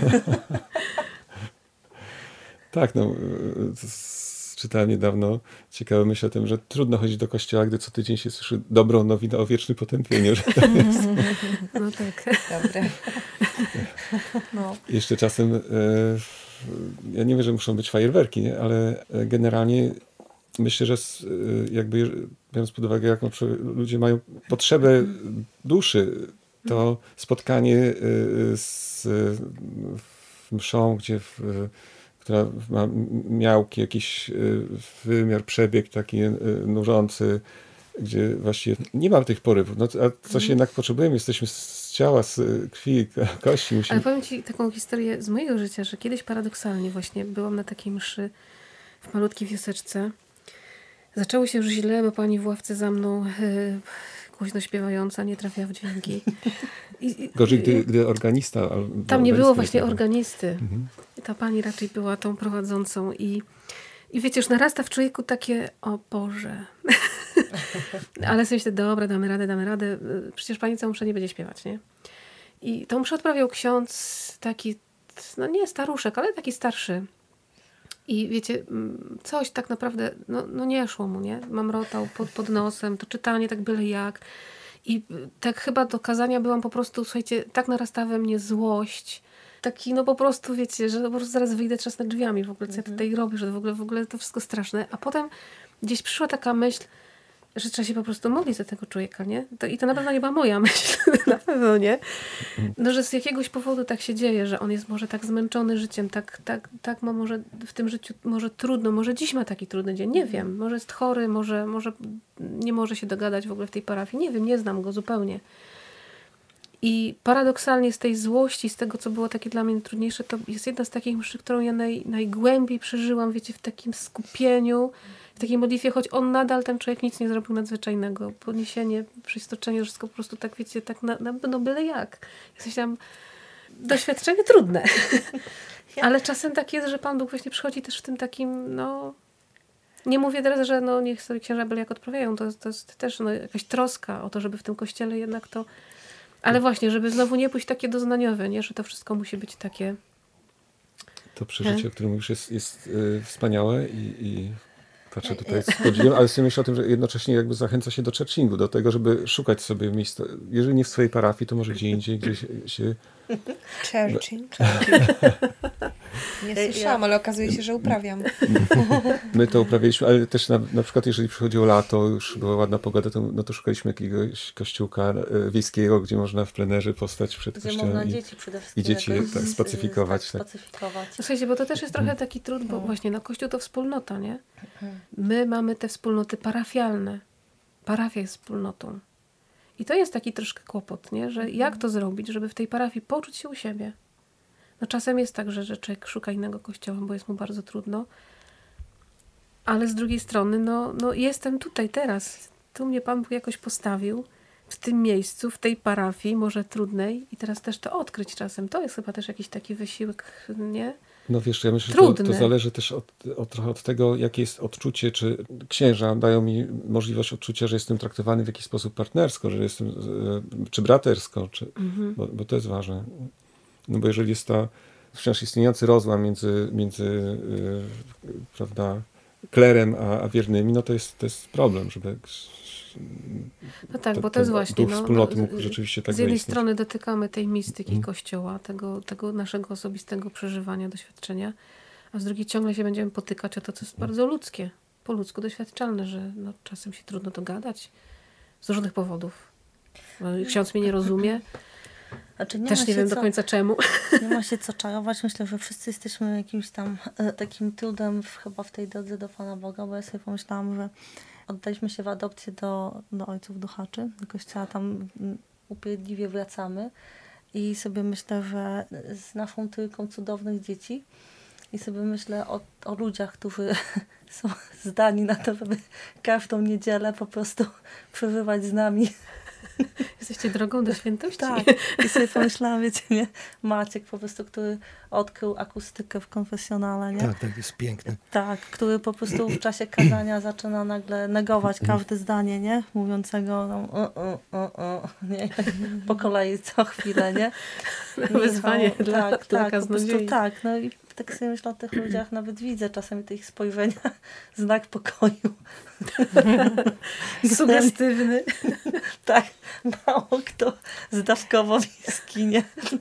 Tak, czytałem niedawno ciekawe myśl o tym, że trudno chodzić do kościoła, gdy co tydzień się słyszy dobrą nowinę o wiecznym potępieniu. Że to jest... No tak. Dobre. No. Jeszcze czasem, ja nie wiem, że muszą być fajerwerki, nie? Ale generalnie myślę, że jakby biorąc pod uwagę, jaką ludzie mają potrzebę duszy, to spotkanie z mszą, która ma miałki, jakiś wymiar, przebieg taki nużący, gdzie właściwie nie ma tych porywów. No, a coś jednak potrzebujemy, jesteśmy z ciała, z krwi, kości. Ale powiem Ci taką historię z mojego życia, że kiedyś paradoksalnie właśnie byłam na takiej mszy w malutkiej wioseczce. Zaczęło się już źle, bo pani w ławce za mną głośno śpiewająca nie trafia w dźwięki. Gorzej, gdy organista... Tam nie było właśnie organisty. Mhm. Ta pani raczej była tą prowadzącą i wiecie, już narasta w człowieku takie, o Boże. Ale sobie myślę, dobra, damy radę. Przecież pani całą mszę nie będzie śpiewać, nie? I tą mszę odprawiał ksiądz taki, no nie staruszek, ale taki starszy. I wiecie, coś tak naprawdę, no nie szło mu, nie? Mamrotał pod nosem, to czytanie tak byle jak. I tak chyba do kazania byłam po prostu, słuchajcie, tak narastała we mnie złość. Taki, no po prostu, wiecie, że po prostu zaraz wyjdę trzasnę drzwiami w ogóle, co ja tutaj robię, że w ogóle to wszystko straszne. A potem gdzieś przyszła taka myśl, że trzeba się po prostu modlić za tego człowieka, nie? I to na pewno nie była moja myśl, na pewno nie. No, że z jakiegoś powodu tak się dzieje, że on jest może tak zmęczony życiem, tak ma może w tym życiu może trudno, może dziś ma taki trudny dzień, nie wiem. Może jest chory, może nie może się dogadać w ogóle w tej parafii, nie wiem, nie znam go zupełnie. I paradoksalnie z tej złości, z tego, co było takie dla mnie trudniejsze, to jest jedna z takich mszy, którą ja najgłębiej przeżyłam, wiecie, w takim skupieniu, w takiej modlitwie, choć on nadal, ten człowiek nic nie zrobił nadzwyczajnego. Podniesienie, przystoczenie, wszystko po prostu tak, wiecie, tak no byle jak. Jesteś tam, doświadczenie trudne. Ale czasem tak jest, że Pan Bóg właśnie przychodzi też w tym takim, no... Nie mówię teraz, że no niech sobie księża byle jak odprawiają. To jest też jakaś troska o to, żeby w tym kościele jednak to... Ale właśnie, żeby znowu nie pójść takie doznaniowe, nie? Że to wszystko musi być takie... To przeżycie, o którym już jest wspaniałe i patrzę tutaj z podziwem, ale sobie myślę o tym, że jednocześnie jakby zachęca się do churchingu, do tego, żeby szukać sobie miejsca, jeżeli nie w swojej parafii, to może gdzie indziej, gdzie się... Churching. Nie słyszałam, ale okazuje się, że uprawiam. My to uprawialiśmy, ale też na przykład jeżeli przychodziło lato, już była ładna pogoda, to szukaliśmy jakiegoś kościółka wiejskiego, gdzie można w plenerze postać przed gdzie kościołem można dzieci przede wszystkim i dzieci tak spacyfikować. Tak, spacyfikować. Słuchajcie, bo to też jest trochę taki trud, bo właśnie Kościół to wspólnota, nie? My mamy te wspólnoty parafialne. Parafia jest wspólnotą. I to jest taki troszkę kłopot, nie? Że jak to zrobić, żeby w tej parafii poczuć się u siebie? No czasem jest tak, że człowiek szuka innego kościoła, bo jest mu bardzo trudno. Ale z drugiej strony, no jestem tutaj teraz. Tu mnie Pan Bóg jakoś postawił w tym miejscu, w tej parafii, może trudnej. I teraz też to odkryć czasem. To jest chyba też jakiś taki wysiłek, nie? No wiesz, ja myślę, Trudne. że to zależy też trochę od tego, jakie jest odczucie, czy księża dają mi możliwość odczucia, że jestem traktowany w jakiś sposób partnersko, że jestem, czy bratersko, bo to jest ważne. No bo jeżeli jest wciąż istniejący rozłam między prawda, klerem a wiernymi, no to jest problem, żeby no tak, bo to jest właśnie duch wspólnoty mógł rzeczywiście tak z jednej zaistnieć. strony dotykamy tej mistyki Kościoła, tego naszego osobistego przeżywania, doświadczenia, a z drugiej ciągle się będziemy potykać o to, co jest bardzo ludzkie, po ludzku doświadczalne, że no, czasem się trudno dogadać z różnych powodów. Ksiądz mnie nie rozumie. Znaczy, też nie wiem do końca czemu. Nie ma się co czarować. Myślę, że wszyscy jesteśmy jakimś tam takim trudem chyba w tej drodze do Pana Boga, bo ja sobie pomyślałam, że oddaliśmy się w adopcję do ojców duchaczy, do kościoła, tam upierdliwie wracamy i sobie myślę, że z naszą trójką cudownych dzieci i sobie myślę o ludziach, którzy są zdani na to, żeby każdą niedzielę po prostu przeżywać z nami. Jesteście drogą do świętości. Tak. I sobie pomyślałam, wiecie, nie? Maciek po prostu, który odkrył akustykę w konfesjonale, nie? Tak, jest piękny. Tak, który po prostu w czasie kazania zaczyna nagle negować każde zdanie, nie? Mówiącego nie? Po kolei co chwilę, nie? Wyzwanie dla kaznodziei. Tak, no i tak sobie myślę o tych ludziach, nawet widzę czasami te ich spojrzenia, znak pokoju. Sugestywny. Tak, mało kto zdawkowo mi skinie.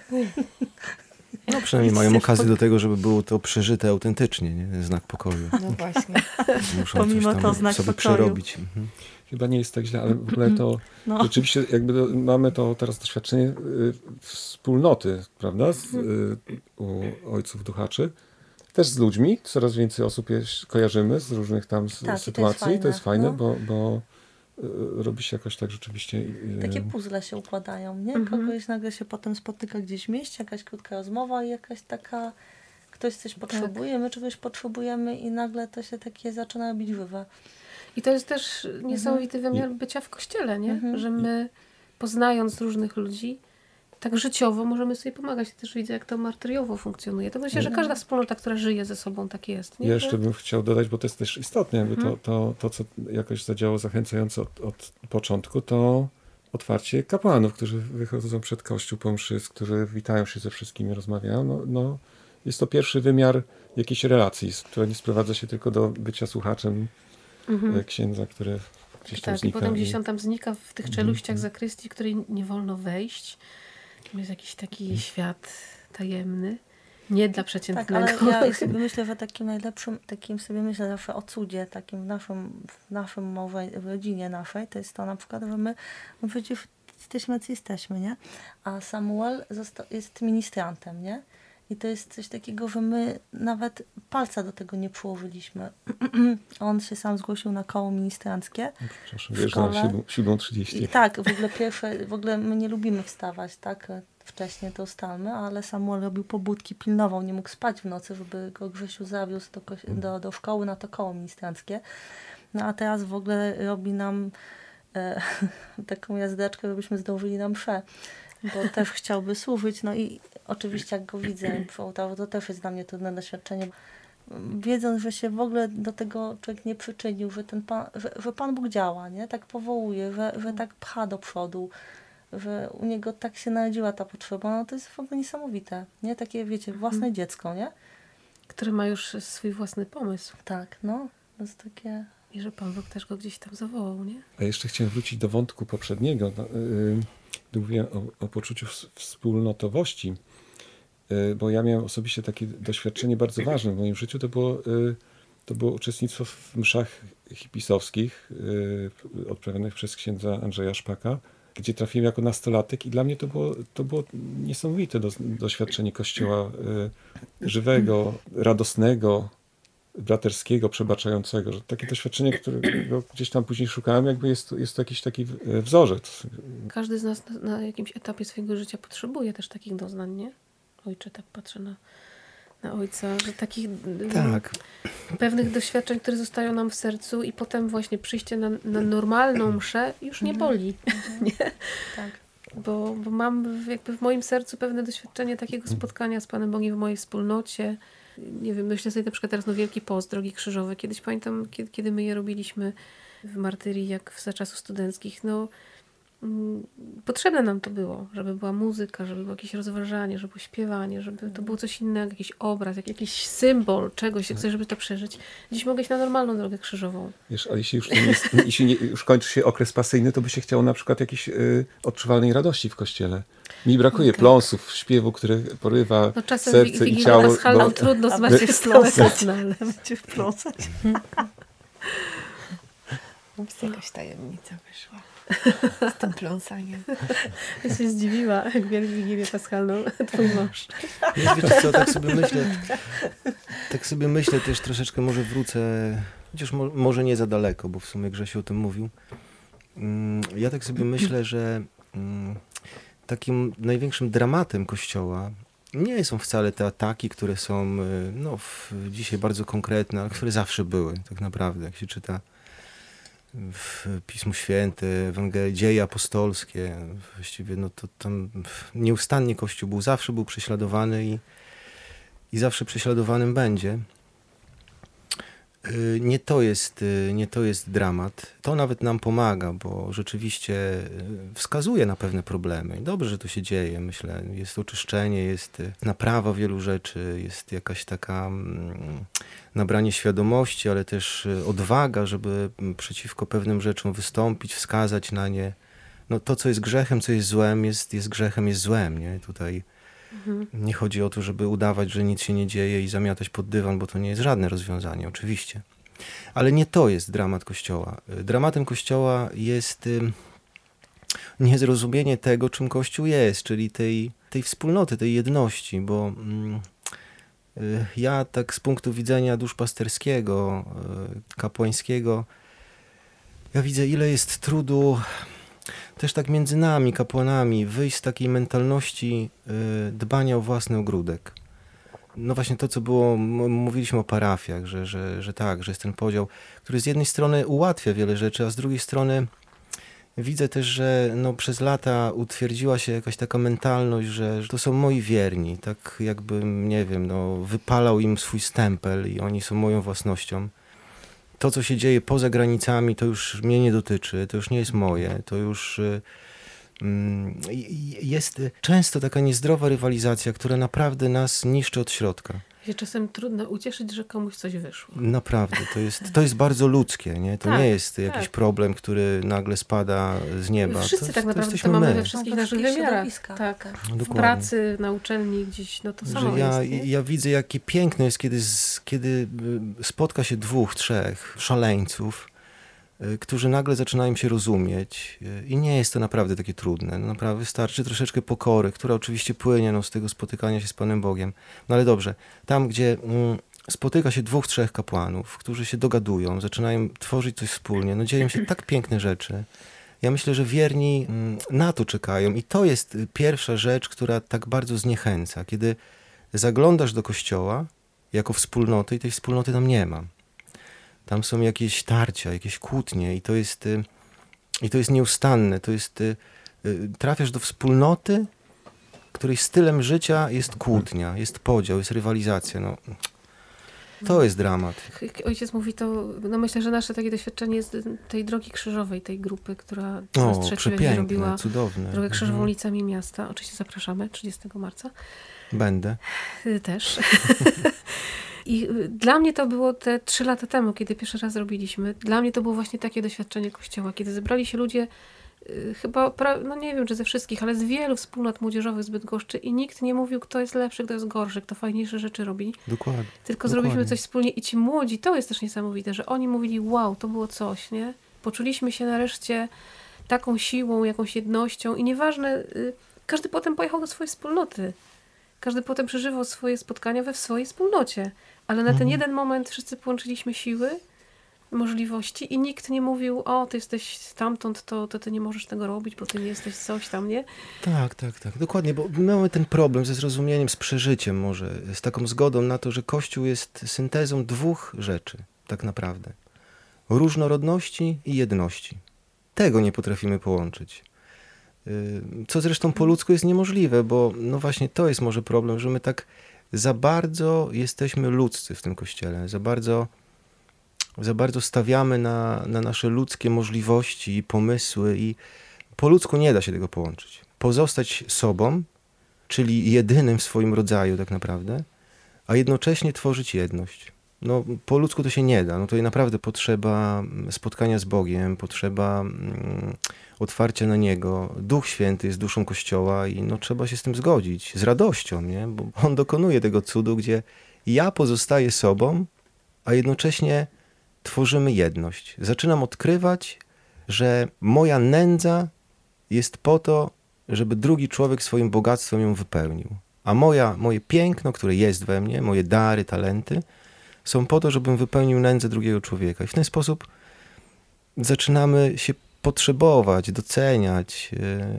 No przynajmniej mają okazję do tego, żeby było to przeżyte autentycznie, nie? Znak pokoju. No właśnie. Muszą Pomimo coś to tam znak sobie pokoju. przerobić. Chyba nie jest tak źle, ale w ogóle to rzeczywiście jakby mamy to teraz doświadczenie wspólnoty, prawda, u ojców duchaczy. Też z ludźmi, coraz więcej osób kojarzymy z różnych tam sytuacji. To jest fajne, bo robi się jakoś tak rzeczywiście... Takie puzzle się układają, nie? Kogoś nagle się potem spotyka gdzieś w mieście, jakaś krótka rozmowa i jakaś taka... Ktoś coś potrzebuje, my czegoś potrzebujemy i nagle to się takie zaczyna robić żywe. I to jest też niesamowity wymiar bycia w kościele, nie? Że my, poznając różnych ludzi, tak życiowo możemy sobie pomagać. Ja też widzę, jak to martyriowo funkcjonuje. To myślę, że każda wspólnota, która żyje ze sobą, tak jest. Nie? Ja jeszcze bym chciał dodać, bo to jest też istotne, jakby to, co jakoś zadziałało zachęcająco od początku, to otwarcie kapłanów, którzy wychodzą przed kościół po mszy, którzy witają się ze wszystkimi, rozmawiają. jest to pierwszy wymiar jakiejś relacji, która nie sprowadza się tylko do bycia słuchaczem księdza, który gdzieś tam Tak, znika. i potem gdzieś on tam znika w tych czeluściach zakrystii, której nie wolno wejść. Jest jakiś taki świat tajemny. Nie dla przeciętnego. Tak, ale ja sobie myślę, że takim najlepszym, takim sobie myślę zawsze o cudzie, takim w naszym w rodzinie naszej, to jest to na przykład, że my przecież jesteśmy jacy jesteśmy, nie? A Samuel jest ministrantem, nie? I to jest coś takiego, że my nawet palca do tego nie przyłożyliśmy. On się sam zgłosił na koło ministranckie. Przepraszam, wiesz, na 7:30. Tak, w ogóle my nie lubimy wstawać, tak? Wcześniej to ustalmy, ale Samuel robił pobudki, pilnował, nie mógł spać w nocy, żeby go Grzesiu zawiózł do szkoły na to koło ministranckie. No a teraz w ogóle robi nam taką jazdeczkę, żebyśmy zdążyli na mszę, bo też chciałby służyć. No i oczywiście jak go widzę przy ołtarzu, to też jest dla mnie trudne doświadczenie. Wiedząc, że się w ogóle do tego człowiek nie przyczynił, że Pan Bóg działa, nie? Tak powołuje, że tak pcha do przodu, że u niego tak się narodziła ta potrzeba, no to jest w ogóle niesamowite, nie? Takie, wiecie, własne dziecko, nie? Który ma już swój własny pomysł. Tak, no. To jest takie... I że Pan Bóg też go gdzieś tam zawołał, nie? A jeszcze chciałem wrócić do wątku poprzedniego. Mówiłem o poczuciu wspólnotowości, bo ja miałem osobiście takie doświadczenie bardzo ważne w moim życiu. To było uczestnictwo w mszach hipisowskich odprawianych przez księdza Andrzeja Szpaka, gdzie trafiłem jako nastolatek i dla mnie to było niesamowite doświadczenie Kościoła żywego, radosnego, braterskiego, przebaczającego. Że takie doświadczenie, którego gdzieś tam później szukałem, jakby jest to jakiś taki wzorzec. Każdy z nas na jakimś etapie swojego życia potrzebuje też takich doznań, nie? Ojcze, tak patrzę na ojca, że takich pewnych doświadczeń, które zostają nam w sercu i potem właśnie przyjście na normalną mszę już nie boli. Nie? Tak. Bo mam jakby w moim sercu pewne doświadczenie takiego spotkania z Panem Bogiem w mojej wspólnocie. Nie wiem, myślę sobie na przykład teraz Wielki Post, Drogi Krzyżowe. Kiedyś pamiętam, kiedy my je robiliśmy w Martyrii, jak za czasów studenckich, potrzebne nam to było, żeby była muzyka, żeby było jakieś rozważanie, żeby było śpiewanie, żeby to było coś innego, jakiś obraz, jakiś symbol czegoś, coś, żeby to przeżyć. Dziś mogę iść na normalną drogę krzyżową. Wiesz, ale jeśli już kończy się okres pasyjny, to by się chciało na przykład jakiejś odczuwalnej radości w kościele. Mi brakuje pląsów, śpiewu, który porywa serce i ciało. Paschalną trudno zwać wpląsać. Ale będzie wpląsać. Jakaś tajemnica wyszła z tym pląsaniem. Ja się zdziwiła, jak Wigilię Paschalną twój mąż. Wiecie co, tak sobie myślę też troszeczkę, może wrócę, chociaż może nie za daleko, bo w sumie Grzesiu o tym mówił. Ja tak sobie myślę, że takim największym dramatem Kościoła nie są wcale te ataki, które są dzisiaj bardzo konkretne, ale które zawsze były tak naprawdę, jak się czyta w Pismu Święte, Ewangelii, dzieje apostolskie, właściwie to tam nieustannie Kościół zawsze był prześladowany i zawsze prześladowanym będzie. Nie to jest dramat. To nawet nam pomaga, bo rzeczywiście wskazuje na pewne problemy. Dobrze, że to się dzieje, myślę. Jest oczyszczenie, jest naprawa wielu rzeczy, jest jakaś taka nabranie świadomości, ale też odwaga, żeby przeciwko pewnym rzeczom wystąpić, wskazać na nie. To, co jest grzechem, co jest złem, jest grzechem, jest złem. Nie? Tutaj nie chodzi o to, żeby udawać, że nic się nie dzieje i zamiatać pod dywan, bo to nie jest żadne rozwiązanie, oczywiście. Ale nie to jest dramat Kościoła. Dramatem Kościoła jest niezrozumienie tego, czym Kościół jest, czyli tej wspólnoty, tej jedności, bo ja tak z punktu widzenia duszpasterskiego, kapłańskiego, ja widzę, ile jest trudu też tak między nami, kapłanami, wyjść z takiej mentalności dbania o własny ogródek. Właśnie to, co było, mówiliśmy o parafiach, że jest ten podział, który z jednej strony ułatwia wiele rzeczy, a z drugiej strony widzę też, że przez lata utwierdziła się jakaś taka mentalność, że to są moi wierni, tak jakbym, nie wiem, wypalał im swój stempel i oni są moją własnością. To, co się dzieje poza granicami, to już mnie nie dotyczy, to już nie jest moje, to już Jest często taka niezdrowa rywalizacja, która naprawdę nas niszczy od środka. Się czasem trudno ucieszyć, że komuś coś wyszło. Naprawdę, to jest bardzo ludzkie, nie? To Tak, nie jest jakiś problem, który nagle spada z nieba. Wszyscy tak naprawdę to jesteśmy mamy my. we wszystkich We naszych wszystkich wymiarach. środowiskach, Tak. tak. W Dokładnie. pracy, na uczelni gdzieś, no to samo Że jest. Nie? ja widzę, jakie piękne jest, kiedy spotka się 2, 3 szaleńców, którzy nagle zaczynają się rozumieć i nie jest to naprawdę takie trudne. No naprawdę wystarczy troszeczkę pokory, która oczywiście płynie z tego spotykania się z Panem Bogiem. No ale dobrze, tam gdzie spotyka się 2, 3 kapłanów, którzy się dogadują, zaczynają tworzyć coś wspólnie, no dzieją się tak piękne rzeczy. Ja myślę, że wierni na to czekają i to jest pierwsza rzecz, która tak bardzo zniechęca. Kiedy zaglądasz do kościoła jako wspólnoty i tej wspólnoty tam nie ma. Tam są jakieś tarcia, jakieś kłótnie i to jest nieustanne. Trafiasz do wspólnoty, której stylem życia jest kłótnia, jest podział, jest rywalizacja. No, to jest dramat. Ojciec mówi to, no myślę, że nasze takie doświadczenie jest tej drogi krzyżowej, tej grupy, która Przepiękne, robiła cudowne. drogę krzyżową ulicami miasta. Oczywiście zapraszamy 30 marca. Będę. Też. I dla mnie to było te 3 lata temu, kiedy pierwszy raz robiliśmy. Dla mnie to było właśnie takie doświadczenie Kościoła, kiedy zebrali się ludzie chyba, no nie wiem, czy ze wszystkich, ale z wielu wspólnot młodzieżowych z Bydgoszczy i nikt nie mówił, kto jest lepszy, kto jest gorszy, kto fajniejsze rzeczy robi. Dokładnie. Tylko zrobiliśmy coś wspólnie i ci młodzi, to jest też niesamowite, że oni mówili, wow, to było coś, nie? Poczuliśmy się nareszcie taką siłą, jakąś jednością i nieważne, każdy potem pojechał do swojej wspólnoty. Każdy potem przeżywał swoje spotkania we swojej wspólnocie. Ale na ten jeden moment wszyscy połączyliśmy siły, możliwości i nikt nie mówił, o, ty jesteś stamtąd, to ty nie możesz tego robić, bo ty nie jesteś coś tam, nie? Tak. Dokładnie, bo my mamy ten problem ze zrozumieniem, z przeżyciem może, z taką zgodą na to, że Kościół jest syntezą 2 rzeczy, tak naprawdę. Różnorodności i jedności. Tego nie potrafimy połączyć. Co zresztą po ludzku jest niemożliwe, bo no właśnie to jest może problem, że my tak za bardzo jesteśmy ludzcy w tym Kościele, za bardzo stawiamy na nasze ludzkie możliwości i pomysły i po ludzku nie da się tego połączyć. Pozostać sobą, czyli jedynym w swoim rodzaju tak naprawdę, a jednocześnie tworzyć jedność. No, po ludzku to się nie da. No, to naprawdę potrzeba spotkania z Bogiem, potrzeba otwarcia na Niego. Duch Święty jest duszą Kościoła i no, trzeba się z tym zgodzić. Z radością, nie? Bo On dokonuje tego cudu, gdzie ja pozostaję sobą, a jednocześnie tworzymy jedność. Zaczynam odkrywać, że moja nędza jest po to, żeby drugi człowiek swoim bogactwem ją wypełnił. A moje piękno, które jest we mnie, moje dary, talenty, są po to, żebym wypełnił nędzę drugiego człowieka. I w ten sposób zaczynamy się potrzebować, doceniać.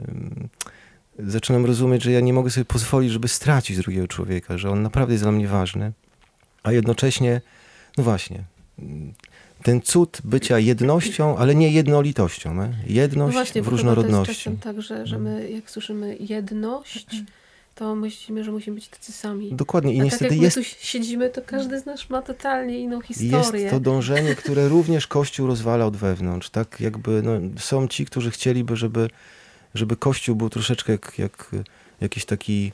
Zaczynam rozumieć, że ja nie mogę sobie pozwolić, żeby stracić drugiego człowieka, że on naprawdę jest dla mnie ważny. A jednocześnie, no właśnie, ten cud bycia jednością, ale nie jednolitością. Jedność No właśnie, w bo różnorodności. to jest czasem tak, że my jak słyszymy jedność, to myślimy, że musimy być tacy sami. Dokładnie. I a niestety tak jak jest, my tu siedzimy, to każdy z nas ma totalnie inną historię. jest to dążenie, które również Kościół rozwala od wewnątrz. Tak jakby są ci, którzy chcieliby, żeby Kościół był troszeczkę jak jakiś taki...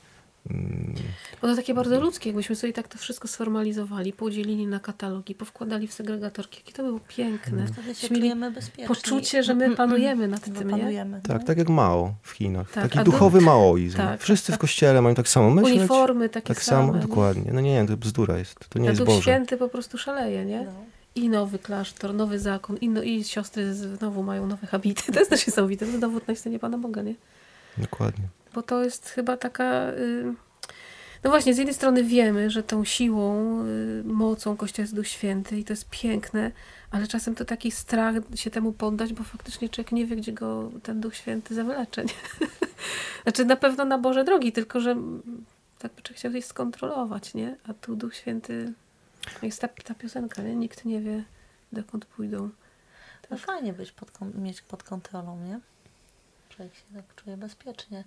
Bo to takie bardzo ludzkie, jakbyśmy sobie tak to wszystko sformalizowali, podzielili na katalogi, powkładali w segregatorki. Jakie to było piękne. Wtedy się Mieli czujemy bezpiecznie. poczucie, że my panujemy nad tym, nie? Panujemy. Tak jak Mao w Chinach. Tak, Taki a duchowy maoizm. tak, Wszyscy tak. w Kościele mają tak samo myśleć. Uniformy takie tak samo, same. dokładnie. No nie, to bzdura jest. To nie A jest Duch Boże. Święty po prostu szaleje, nie? No. I nowy klasztor, nowy zakon, i siostry znowu mają nowe habity. To jest też niesamowite. To jest dowód na istnienie Pana Boga, nie? Dokładnie. Bo to jest chyba taka... No właśnie, z jednej strony wiemy, że tą siłą, mocą Kościoła jest Duch Święty i to jest piękne, ale czasem to taki strach się temu poddać, bo faktycznie człowiek nie wie, gdzie go ten Duch Święty zawlecze. Nie? Znaczy na pewno na Boże drogi, tylko że tak by człowiek chciał gdzieś skontrolować, nie? A tu Duch Święty, jest ta piosenka, nie? Nikt nie wie, dokąd pójdą. No fajnie mieć pod kontrolą, nie? Człowiek się tak czuje bezpiecznie.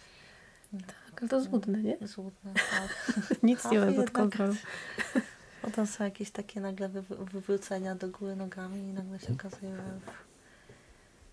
Tak, ale to złudne, nie? Złudne, tak. Nic nie ma pod jednak kontrolą. Potem są jakieś takie nagle wywrócenia do góry nogami i nagle się okazuje, że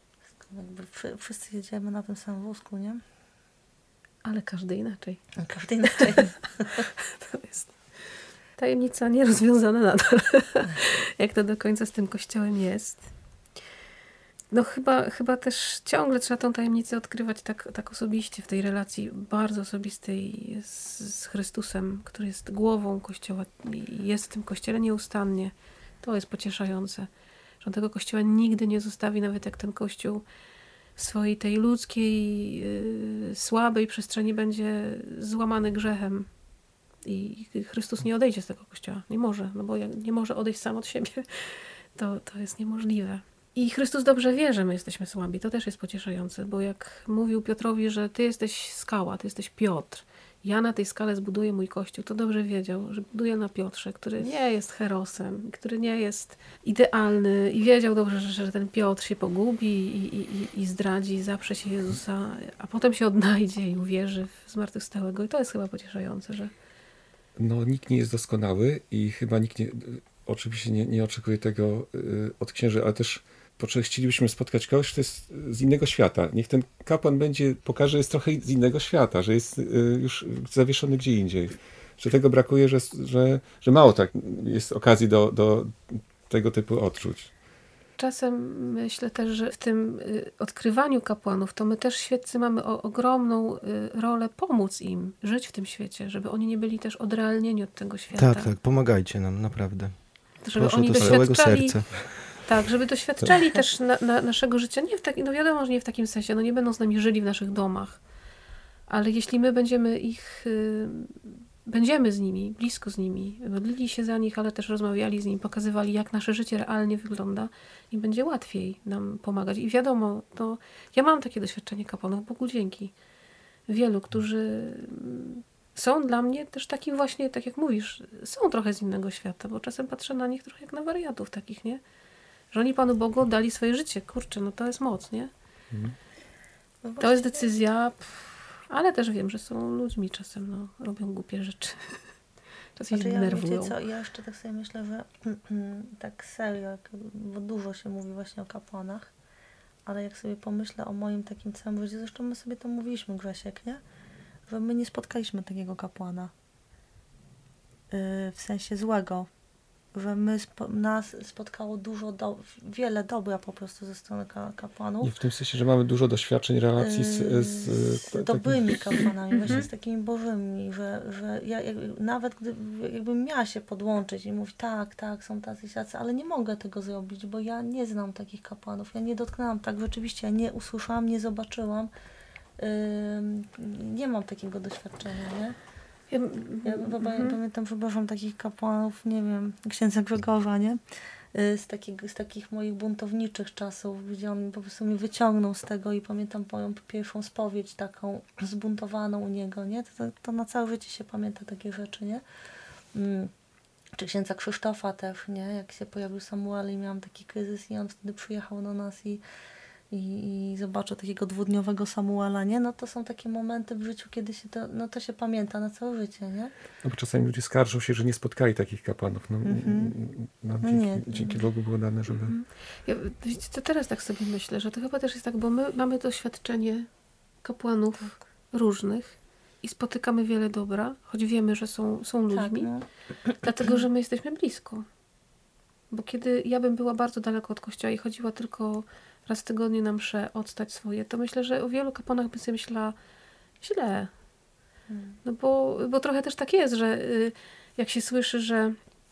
Jakby wszyscy jedziemy na tym samym wózku, nie? Ale każdy inaczej. Każdy inaczej. To jest tajemnica nierozwiązana nadal. Jak to do końca z tym kościołem jest. No chyba też ciągle trzeba tą tajemnicę odkrywać tak osobiście w tej relacji bardzo osobistej z Chrystusem, który jest głową Kościoła i jest w tym Kościele nieustannie. To jest pocieszające, że on tego Kościoła nigdy nie zostawi, nawet jak ten Kościół w swojej tej ludzkiej, słabej przestrzeni będzie złamany grzechem. I Chrystus nie odejdzie z tego Kościoła. Nie może, no bo nie może odejść sam od siebie. To jest niemożliwe. I Chrystus dobrze wie, że my jesteśmy słabi. To też jest pocieszające, bo jak mówił Piotrowi, że ty jesteś skała, ty jesteś Piotr. Ja na tej skale zbuduję mój Kościół. To dobrze wiedział, że buduje na Piotrze, który nie jest herosem, który nie jest idealny i wiedział dobrze, że ten Piotr się pogubi i zdradzi, zaprze się Jezusa, a potem się odnajdzie i uwierzy w zmartwychwstałego. I to jest chyba pocieszające, że... No, nikt nie jest doskonały i chyba nikt oczywiście nie oczekuje tego od księży, ale też chcielibyśmy spotkać kogoś, kto jest z innego świata. Niech ten kapłan pokaże, że jest trochę z innego świata, że jest już zawieszony gdzie indziej. Że tego brakuje, że mało tak jest okazji do tego typu odczuć. Czasem myślę też, że w tym odkrywaniu kapłanów, to my też świeccy mamy ogromną rolę pomóc im żyć w tym świecie, żeby oni nie byli też odrealnieni od tego świata. Tak, pomagajcie nam, naprawdę. Żeby proszę oni to z całego doświadczali, serca. tak, żeby doświadczali też naszego życia, nie w no wiadomo, że nie w takim sensie, no nie będą z nami żyli w naszych domach, ale jeśli my będziemy z nimi, blisko z nimi, modlili się za nich, ale też rozmawiali z nimi, pokazywali, jak nasze życie realnie wygląda i będzie łatwiej nam pomagać. I wiadomo, ja mam takie doświadczenie kapłanów, Bogu dzięki. Wielu, którzy są dla mnie też takim właśnie, tak jak mówisz, są trochę z innego świata, bo czasem patrzę na nich trochę jak na wariatów takich, nie? Że oni Panu Bogu oddali swoje życie. Kurczę, no to jest moc, nie? To jest decyzja, ale też wiem, że są ludźmi czasem, no, robią głupie rzeczy. Czasem się denerwują. Wiecie co, ja jeszcze tak sobie myślę, że tak serio, bo dużo się mówi właśnie o kapłanach, ale jak sobie pomyślę o moim takim całym życiu, zresztą my sobie to mówiliśmy, Grzesiek, nie? Że my nie spotkaliśmy takiego kapłana. W sensie złego. Że nas spotkało wiele dobra po prostu ze strony kapłanów. Nie w tym sensie, że mamy dużo doświadczeń, relacji z dobrymi kapłanami, właśnie z takimi bożymi, że ja nawet jakbym miała się podłączyć i mówić tak, są tacy, ale nie mogę tego zrobić, bo ja nie znam takich kapłanów, ja nie dotknęłam tak rzeczywiście, ja nie usłyszałam, nie zobaczyłam, nie mam takiego doświadczenia, nie? Ja pamiętam, że bożą takich kapłanów, nie wiem, księdza Grzegorza, nie? Z takich moich buntowniczych czasów, gdzie on po prostu mnie wyciągnął z tego i pamiętam moją pierwszą spowiedź taką zbuntowaną u niego, nie? To na całe życie się pamięta takie rzeczy, nie? Czy księdza Krzysztofa też, nie? Jak się pojawił Samuel i miałam taki kryzys i on wtedy przyjechał do nas i zobaczę takiego 2-dniowego Samuela, nie? No to są takie momenty w życiu, kiedy się to się pamięta na całe życie, nie? No bo czasami ludzie skarżą się, że nie spotkali takich kapłanów. Dzięki Bogu było dane, żeby... Wiecie, to teraz tak sobie myślę, że to chyba też jest tak, bo my mamy doświadczenie kapłanów różnych i spotykamy wiele dobra, choć wiemy, że są ludźmi, dlatego, że my jesteśmy blisko. Bo kiedy ja bym była bardzo daleko od kościoła i chodziła tylko raz w tygodniu na mszę odstać swoje, to myślę, że o wielu kapłanach bym sobie myślała źle. No bo trochę też tak jest, że jak się słyszy, że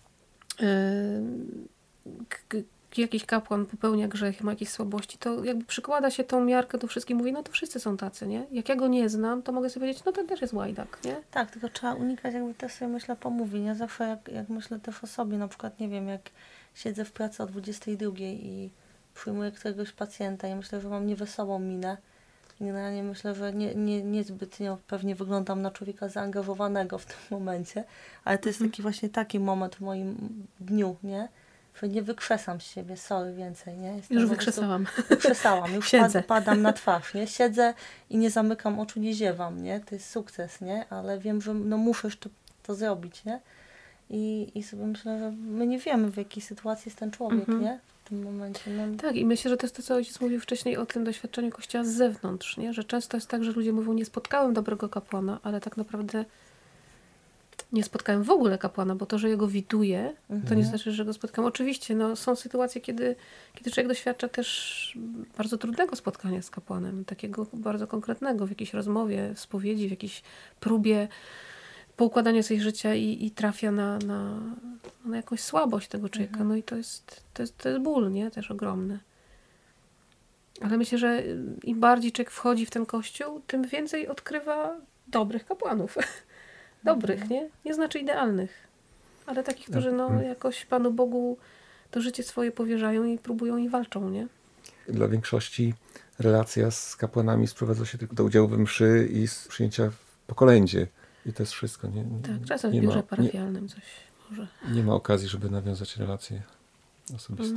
jakiś kapłan popełnia grzech, ma jakieś słabości, to jakby przykłada się tą miarkę do wszystkich, mówi, no to wszyscy są tacy, nie? Jak ja go nie znam, to mogę sobie powiedzieć, no ten też jest łajdak, nie? Tak, tylko trzeba unikać jakby też sobie, myślę, pomówień. Ja zawsze jak myślę też o sobie, na przykład, nie wiem, jak siedzę w pracy o 22 i przyjmuję któregoś pacjenta i myślę, że mam niewesołą minę. Generalnie myślę, że niezbytnio pewnie wyglądam na człowieka zaangażowanego w tym momencie, ale to jest taki moment w moim dniu, nie? Że nie wykrzesam z siebie, więcej, nie? Już wykrzesałam. Wykrzesałam, już padam na twarz, nie? Siedzę i nie zamykam oczu, nie ziewam, nie? To jest sukces, nie? Ale wiem, że muszę jeszcze to zrobić, nie? i sobie myślę, że my nie wiemy, w jakiej sytuacji jest ten człowiek, nie? W tym momencie. No. Tak, i myślę, że to jest to, co ojciec mówił wcześniej o tym doświadczeniu Kościoła z zewnątrz, nie? Że często jest tak, że ludzie mówią, nie spotkałem dobrego kapłana, ale tak naprawdę nie spotkałem w ogóle kapłana, bo to, że jego widuję, to nie znaczy, że go spotkam. Oczywiście, no, są sytuacje, kiedy człowiek doświadcza też bardzo trudnego spotkania z kapłanem, takiego bardzo konkretnego, w jakiejś rozmowie, spowiedzi, w jakiejś próbie poukładania sobie życia i trafia na jakąś słabość tego człowieka. No i to jest ból, nie? Też ogromny. Ale myślę, że im bardziej człowiek wchodzi w ten kościół, tym więcej odkrywa dobrych kapłanów. Dobrych, nie? Nie znaczy idealnych. Ale takich, którzy jakoś Panu Bogu to życie swoje powierzają i próbują i walczą, nie? Dla większości relacja z kapłanami sprowadza się tylko do udziału we mszy i z przyjęcia po kolędzie. I to jest wszystko. Tak, czasem w biurze parafialnym coś może. Nie ma okazji, żeby nawiązać relacje osobiste.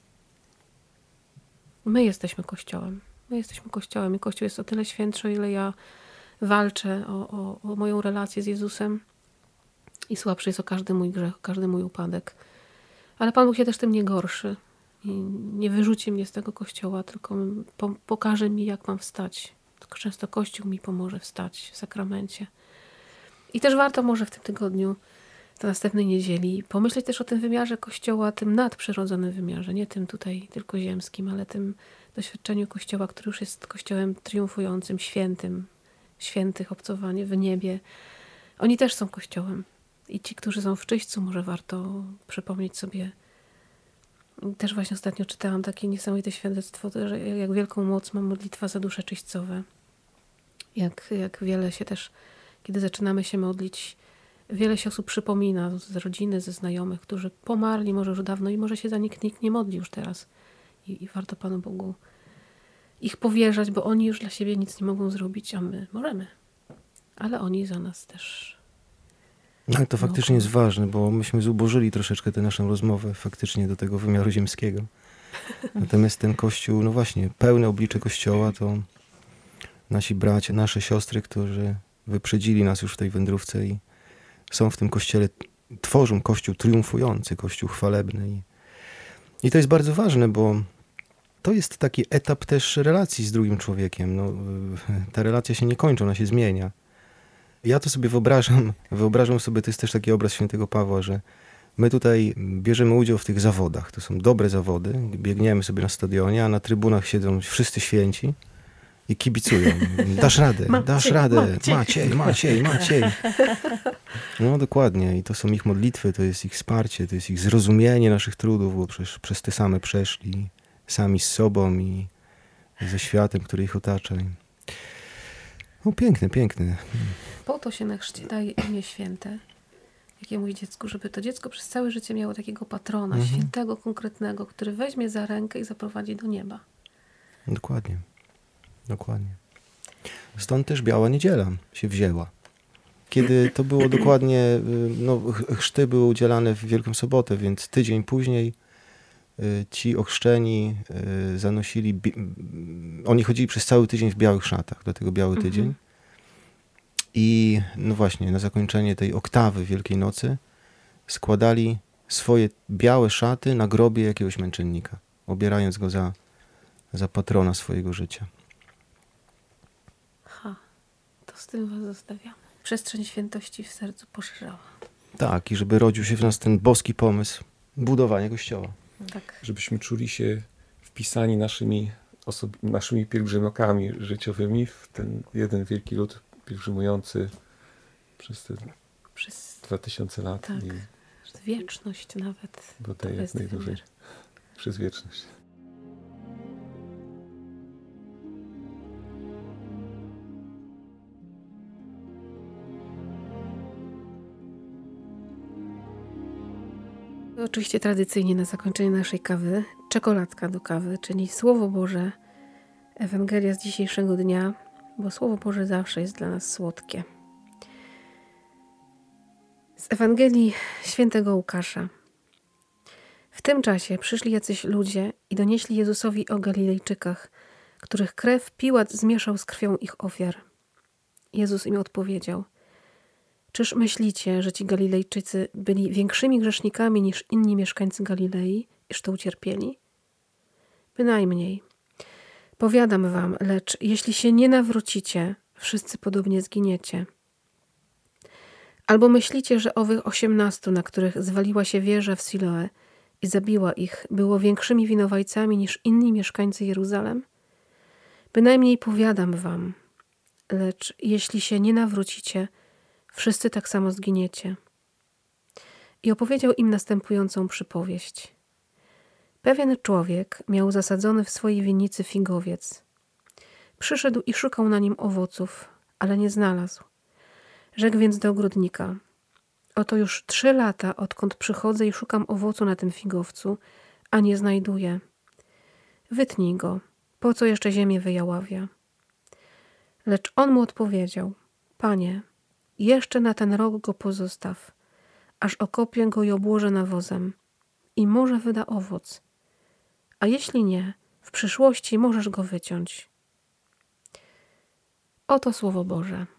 My jesteśmy Kościołem. I Kościół jest o tyle świętszy, o ile ja walczę o moją relację z Jezusem i słabszy jest o każdy mój grzech, o każdy mój upadek. Ale Pan Bóg się też tym nie gorszy i nie wyrzuci mnie z tego Kościoła, tylko pokaże mi, jak mam wstać. Tylko często Kościół mi pomoże wstać w sakramencie. I też warto może w tym tygodniu, do następnej niedzieli, pomyśleć też o tym wymiarze Kościoła, tym nadprzyrodzonym wymiarze, nie tym tutaj tylko ziemskim, ale tym doświadczeniu Kościoła, który już jest Kościołem triumfującym, świętym, świętych obcowanie w niebie. Oni też są Kościołem. I ci, którzy są w czyśćcu, może warto przypomnieć sobie. Też właśnie ostatnio czytałam takie niesamowite świadectwo, że jak wielką moc ma modlitwa za dusze czyśćcowe. Jak wiele się też, kiedy zaczynamy się modlić, wiele się osób przypomina z rodziny, ze znajomych, którzy pomarli może już dawno i może się za nikt nie modli już teraz. I warto Panu Bogu ich powierzać, bo oni już dla siebie nic nie mogą zrobić, a my możemy. Ale oni za nas też. Ale to faktycznie jest ważne, bo myśmy zubożyli troszeczkę tę naszą rozmowę faktycznie do tego wymiaru ziemskiego. Natomiast ten Kościół, no właśnie, pełne oblicze Kościoła to nasi bracia, nasze siostry, którzy wyprzedzili nas już w tej wędrówce i są w tym Kościele, tworzą Kościół triumfujący, Kościół chwalebny. I to jest bardzo ważne, bo to jest taki etap też relacji z drugim człowiekiem. No, ta relacja się nie kończy, ona się zmienia. Ja to sobie wyobrażam sobie, to jest też taki obraz świętego Pawła, że my tutaj bierzemy udział w tych zawodach. To są dobre zawody, biegniemy sobie na stadionie, a na trybunach siedzą wszyscy święci i kibicują. Dasz radę, Maciej. No dokładnie. I to są ich modlitwy, to jest ich wsparcie, to jest ich zrozumienie naszych trudów, bo przecież przez te same przeszli, sami z sobą i ze światem, który ich otacza. No piękne. Po to się na chrzcie daje imię święte jakiemuś dziecku, żeby to dziecko przez całe życie miało takiego patrona, świętego, konkretnego, który weźmie za rękę i zaprowadzi do nieba. Dokładnie. Stąd też Biała Niedziela się wzięła. Kiedy to było dokładnie, chrzty były udzielane w Wielką Sobotę, więc tydzień później ci ochrzczeni zanosili, oni chodzili przez cały tydzień w białych szatach, dlatego Biały Tydzień. I no właśnie, na zakończenie tej oktawy Wielkiej Nocy składali swoje białe szaty na grobie jakiegoś męczennika, obierając go za patrona swojego życia. To z tym was zostawiamy. Przestrzeń świętości w sercu poszerzała. Tak, i żeby rodził się w nas ten boski pomysł budowania Kościoła. Tak. Żebyśmy czuli się wpisani naszymi pielgrzymkami życiowymi w ten jeden wielki lud pielgrzymujący przez te 2000 lat. Tak, przez wieczność nawet. Bo to jak najdłużej. Przez wieczność. Oczywiście tradycyjnie na zakończenie naszej kawy czekoladka do kawy, czyli Słowo Boże, Ewangelia z dzisiejszego dnia, bo Słowo Boże zawsze jest dla nas słodkie. Z Ewangelii świętego Łukasza. W tym czasie przyszli jacyś ludzie i donieśli Jezusowi o Galilejczykach, których krew Piłat zmieszał z krwią ich ofiar. Jezus im odpowiedział: Czyż myślicie, że ci Galilejczycy byli większymi grzesznikami niż inni mieszkańcy Galilei, iż to ucierpieli? Bynajmniej. Powiadam wam, lecz jeśli się nie nawrócicie, wszyscy podobnie zginiecie. Albo myślicie, że owych 18, na których zwaliła się wieża w Siloe i zabiła ich, było większymi winowajcami niż inni mieszkańcy Jeruzalem? Bynajmniej powiadam wam, lecz jeśli się nie nawrócicie, wszyscy tak samo zginiecie. I opowiedział im następującą przypowieść. Pewien człowiek miał zasadzony w swojej winnicy figowiec. Przyszedł i szukał na nim owoców, ale nie znalazł. Rzekł więc do ogrodnika: oto już 3 lata, odkąd przychodzę i szukam owocu na tym figowcu, a nie znajduję. Wytnij go, po co jeszcze ziemię wyjaławia? Lecz on mu odpowiedział: Panie, jeszcze na ten rok go pozostaw, aż okopię go i obłożę nawozem i może wyda owoc. A jeśli nie, w przyszłości możesz go wyciąć. Oto Słowo Boże.